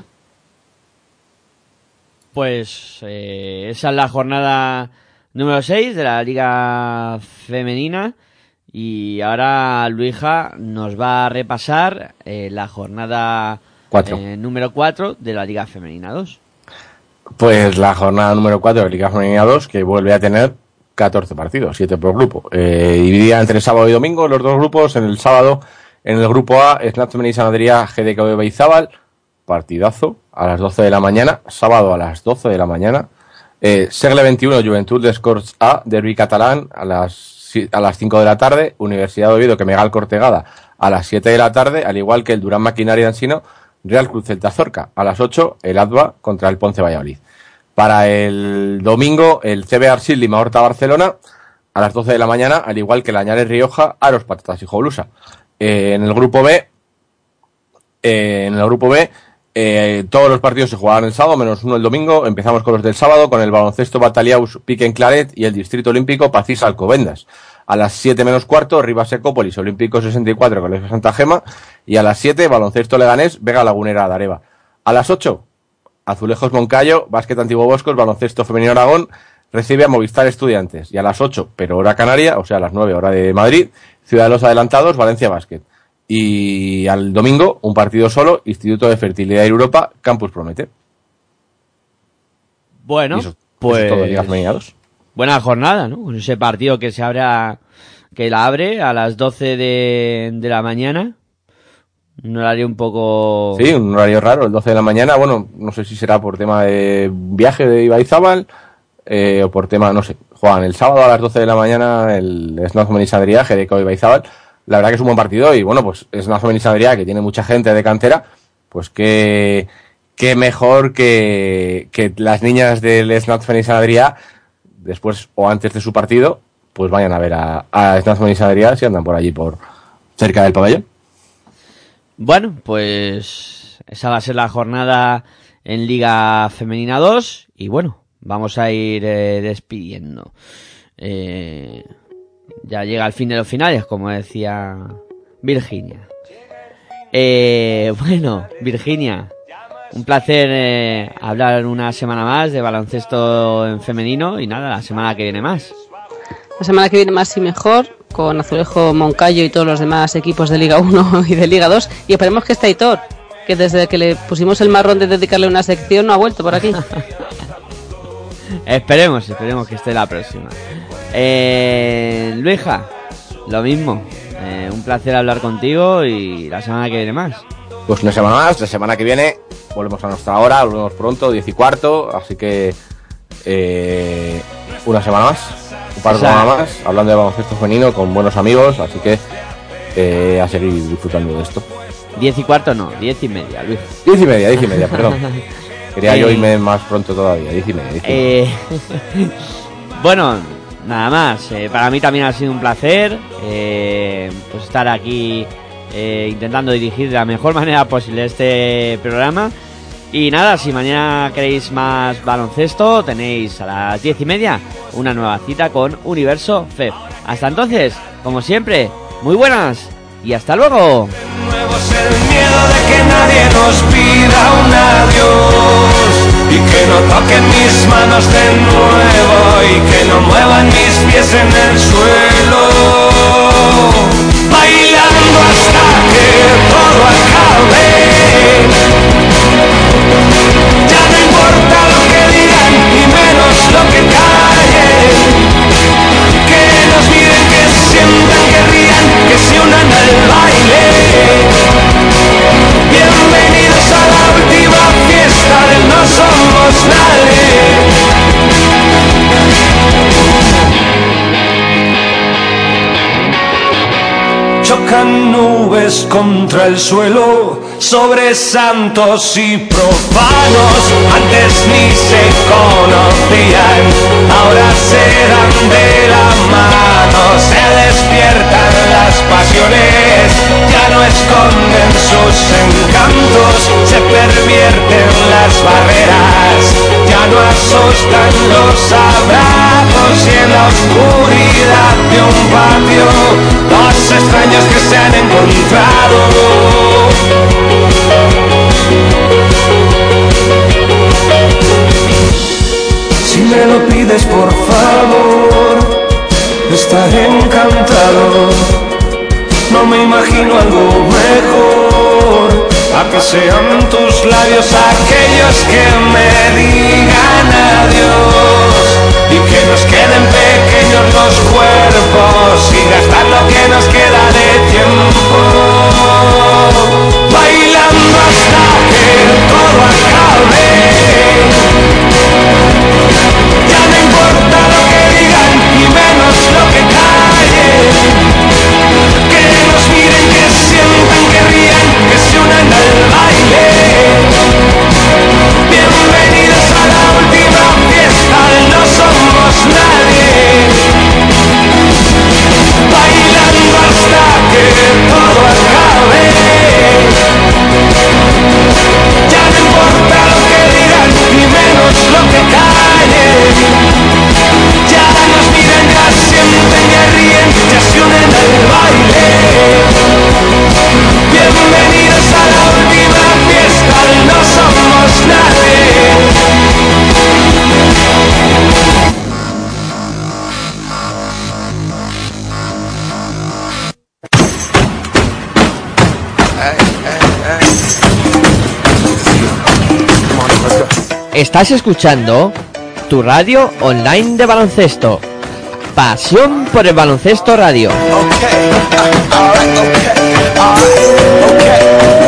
Pues eh, esa es la jornada número seis de la Liga Femenina. Y ahora Luija nos va a repasar eh, la jornada eh, número cuatro de la Liga Femenina dos. Pues la jornada número cuatro de la Liga Femenina dos, que vuelve a tener catorce partidos, siete por grupo. Eh, dividida entre sábado y domingo, los dos grupos. En el sábado, en el grupo A, Snat Femenina San Adrià, G D K de Baizábal, partidazo, a las doce de la mañana, sábado a las doce de la mañana. Eh, Segle veintiuno, Juventud de Escorts A, Derbi Catalán, a las a las cinco de la tarde, Universidad de Oviedo que Megal Cortegada a las siete de la tarde, al igual que el Durán Maquinaria Ansino, Real Cruz Celta Zorca. A las ocho, el A D V A contra el Ponce Valladolid. Para el domingo, el C B Arsil Lima Horta Barcelona, a las doce de la mañana, al igual que el Añares Rioja, Aros Patatas y Joblusa. Eh, en el grupo B, eh, en el grupo B, eh, todos los partidos se jugarán el sábado, menos uno el domingo. Empezamos con los del sábado, con el baloncesto Bataliaus Piquen Claret y el Distrito Olímpico Pacís Alcobendas. A las siete menos cuarto, Rivas Ecópolis Olímpico sesenta y cuatro, Colegio Santa Gema. Y a las siete, baloncesto Leganés, Vega Lagunera Dareva. A las ocho, Azulejos Moncayo, Básquet Antiguo Boscos, baloncesto Femenino Aragón, recibe a Movistar Estudiantes. Y a las ocho, pero hora canaria, o sea a las nueve hora de Madrid, Ciudad de los Adelantados, Valencia Básquet. Y al domingo, un partido solo, Instituto de Fertilidad de Europa, Campus Promete. Bueno, eso, pues eso es todo, buena jornada, ¿no? Con ese partido que se abre a, que la abre a las doce de, de la mañana. Un horario un poco... Sí, un horario raro, el doce de la mañana. Bueno, no sé si será por tema de viaje de Ibaizábal eh, o por tema, no sé. Juegan el sábado a las doce de la mañana el Snat Femenina San Adrià, G D K Ibaizábal. La verdad que es un buen partido y bueno, pues es una Femenina San Adrià que tiene mucha gente de cantera, pues que, que mejor que, que las niñas del Snat Femenina San Adrià, después o antes de su partido, pues vayan a ver a, a Snat Femenina San Adrià si andan por allí, por cerca del pabellón. Bueno, pues esa va a ser la jornada en Liga Femenina dos y bueno, vamos a ir eh, despidiendo. Eh... Ya llega el fin de los finales, como decía Virginia. Eh, bueno, Virginia, un placer eh, hablar una semana más de baloncesto en femenino y nada, la semana que viene más. La semana que viene más y mejor, con Azulejo, Moncayo y todos los demás equipos de Liga uno y de Liga dos. Y esperemos que esté Aitor, que desde que le pusimos el marrón de dedicarle una sección no ha vuelto por aquí. Esperemos, esperemos que esté la próxima. Eh, Luija, lo mismo. Eh, un placer hablar contigo y la semana que viene más. Pues una semana más, la semana que viene volvemos a nuestra hora, volvemos pronto, diez y cuarto, así que eh, una semana más, un par de semanas más, hablando de baloncesto femenino con buenos amigos, así que eh, a seguir disfrutando de esto. Diez y cuarto no, diez y media, Luis. Diez y media, diez y media, perdón. Quería eh, yo irme más pronto todavía, diez y media. Diez y media. Eh, bueno, nada más, eh, para mí también ha sido un placer eh, pues estar aquí eh, intentando dirigir de la mejor manera posible este programa. Y nada, si mañana queréis más baloncesto, tenéis a las diez y media una nueva cita con Universo F E P. Hasta entonces, como siempre, muy buenas y hasta luego. El miedo de que nadie nos pida un adiós y que no toquen mis manos de nuevo y que no muevan mis pies en el suelo, bailando hasta que todo acabe. Ya no importa lo que digan y menos lo que callen, que nos miren, que sientan, que rían, que se unan al baile. Bienvenidos a la última fiesta del No Somos Nadie. Chocan nubes contra el suelo, sobre santos y profanos. Antes ni se conocían, ahora se dan de la mano. Se despiertan las pasiones, ya no esconden sus encantos. Se pervierten las barreras, ya no asustan los abrazos. Y en la oscuridad de un patio, dos extraños que se han encontrado. Si me lo pides por favor, estaré encantado. No me imagino algo mejor, a que sean tus labios aquellos que me digan adiós y que nos queden pequeños los cuerpos y gastar lo que nos queda de tiempo, bailando hasta que todo acabe. Ya no importa lo que digan y menos lo que callen, que nos miren, que sientan, que rían, que se unan al baile. Bienvenidos a la última fiesta del No Somos Nadie, bailando hasta que todo acabe. Ya no importa lo que digan y menos lo que callen, ya nos miran, ya sienten, ya ríen, ya se unen al baile. Bienvenidos a la última fiesta del No Somos Nadie. Estás escuchando tu radio online de baloncesto. Pasión por el baloncesto radio. Okay, uh, all right, okay, all right, okay.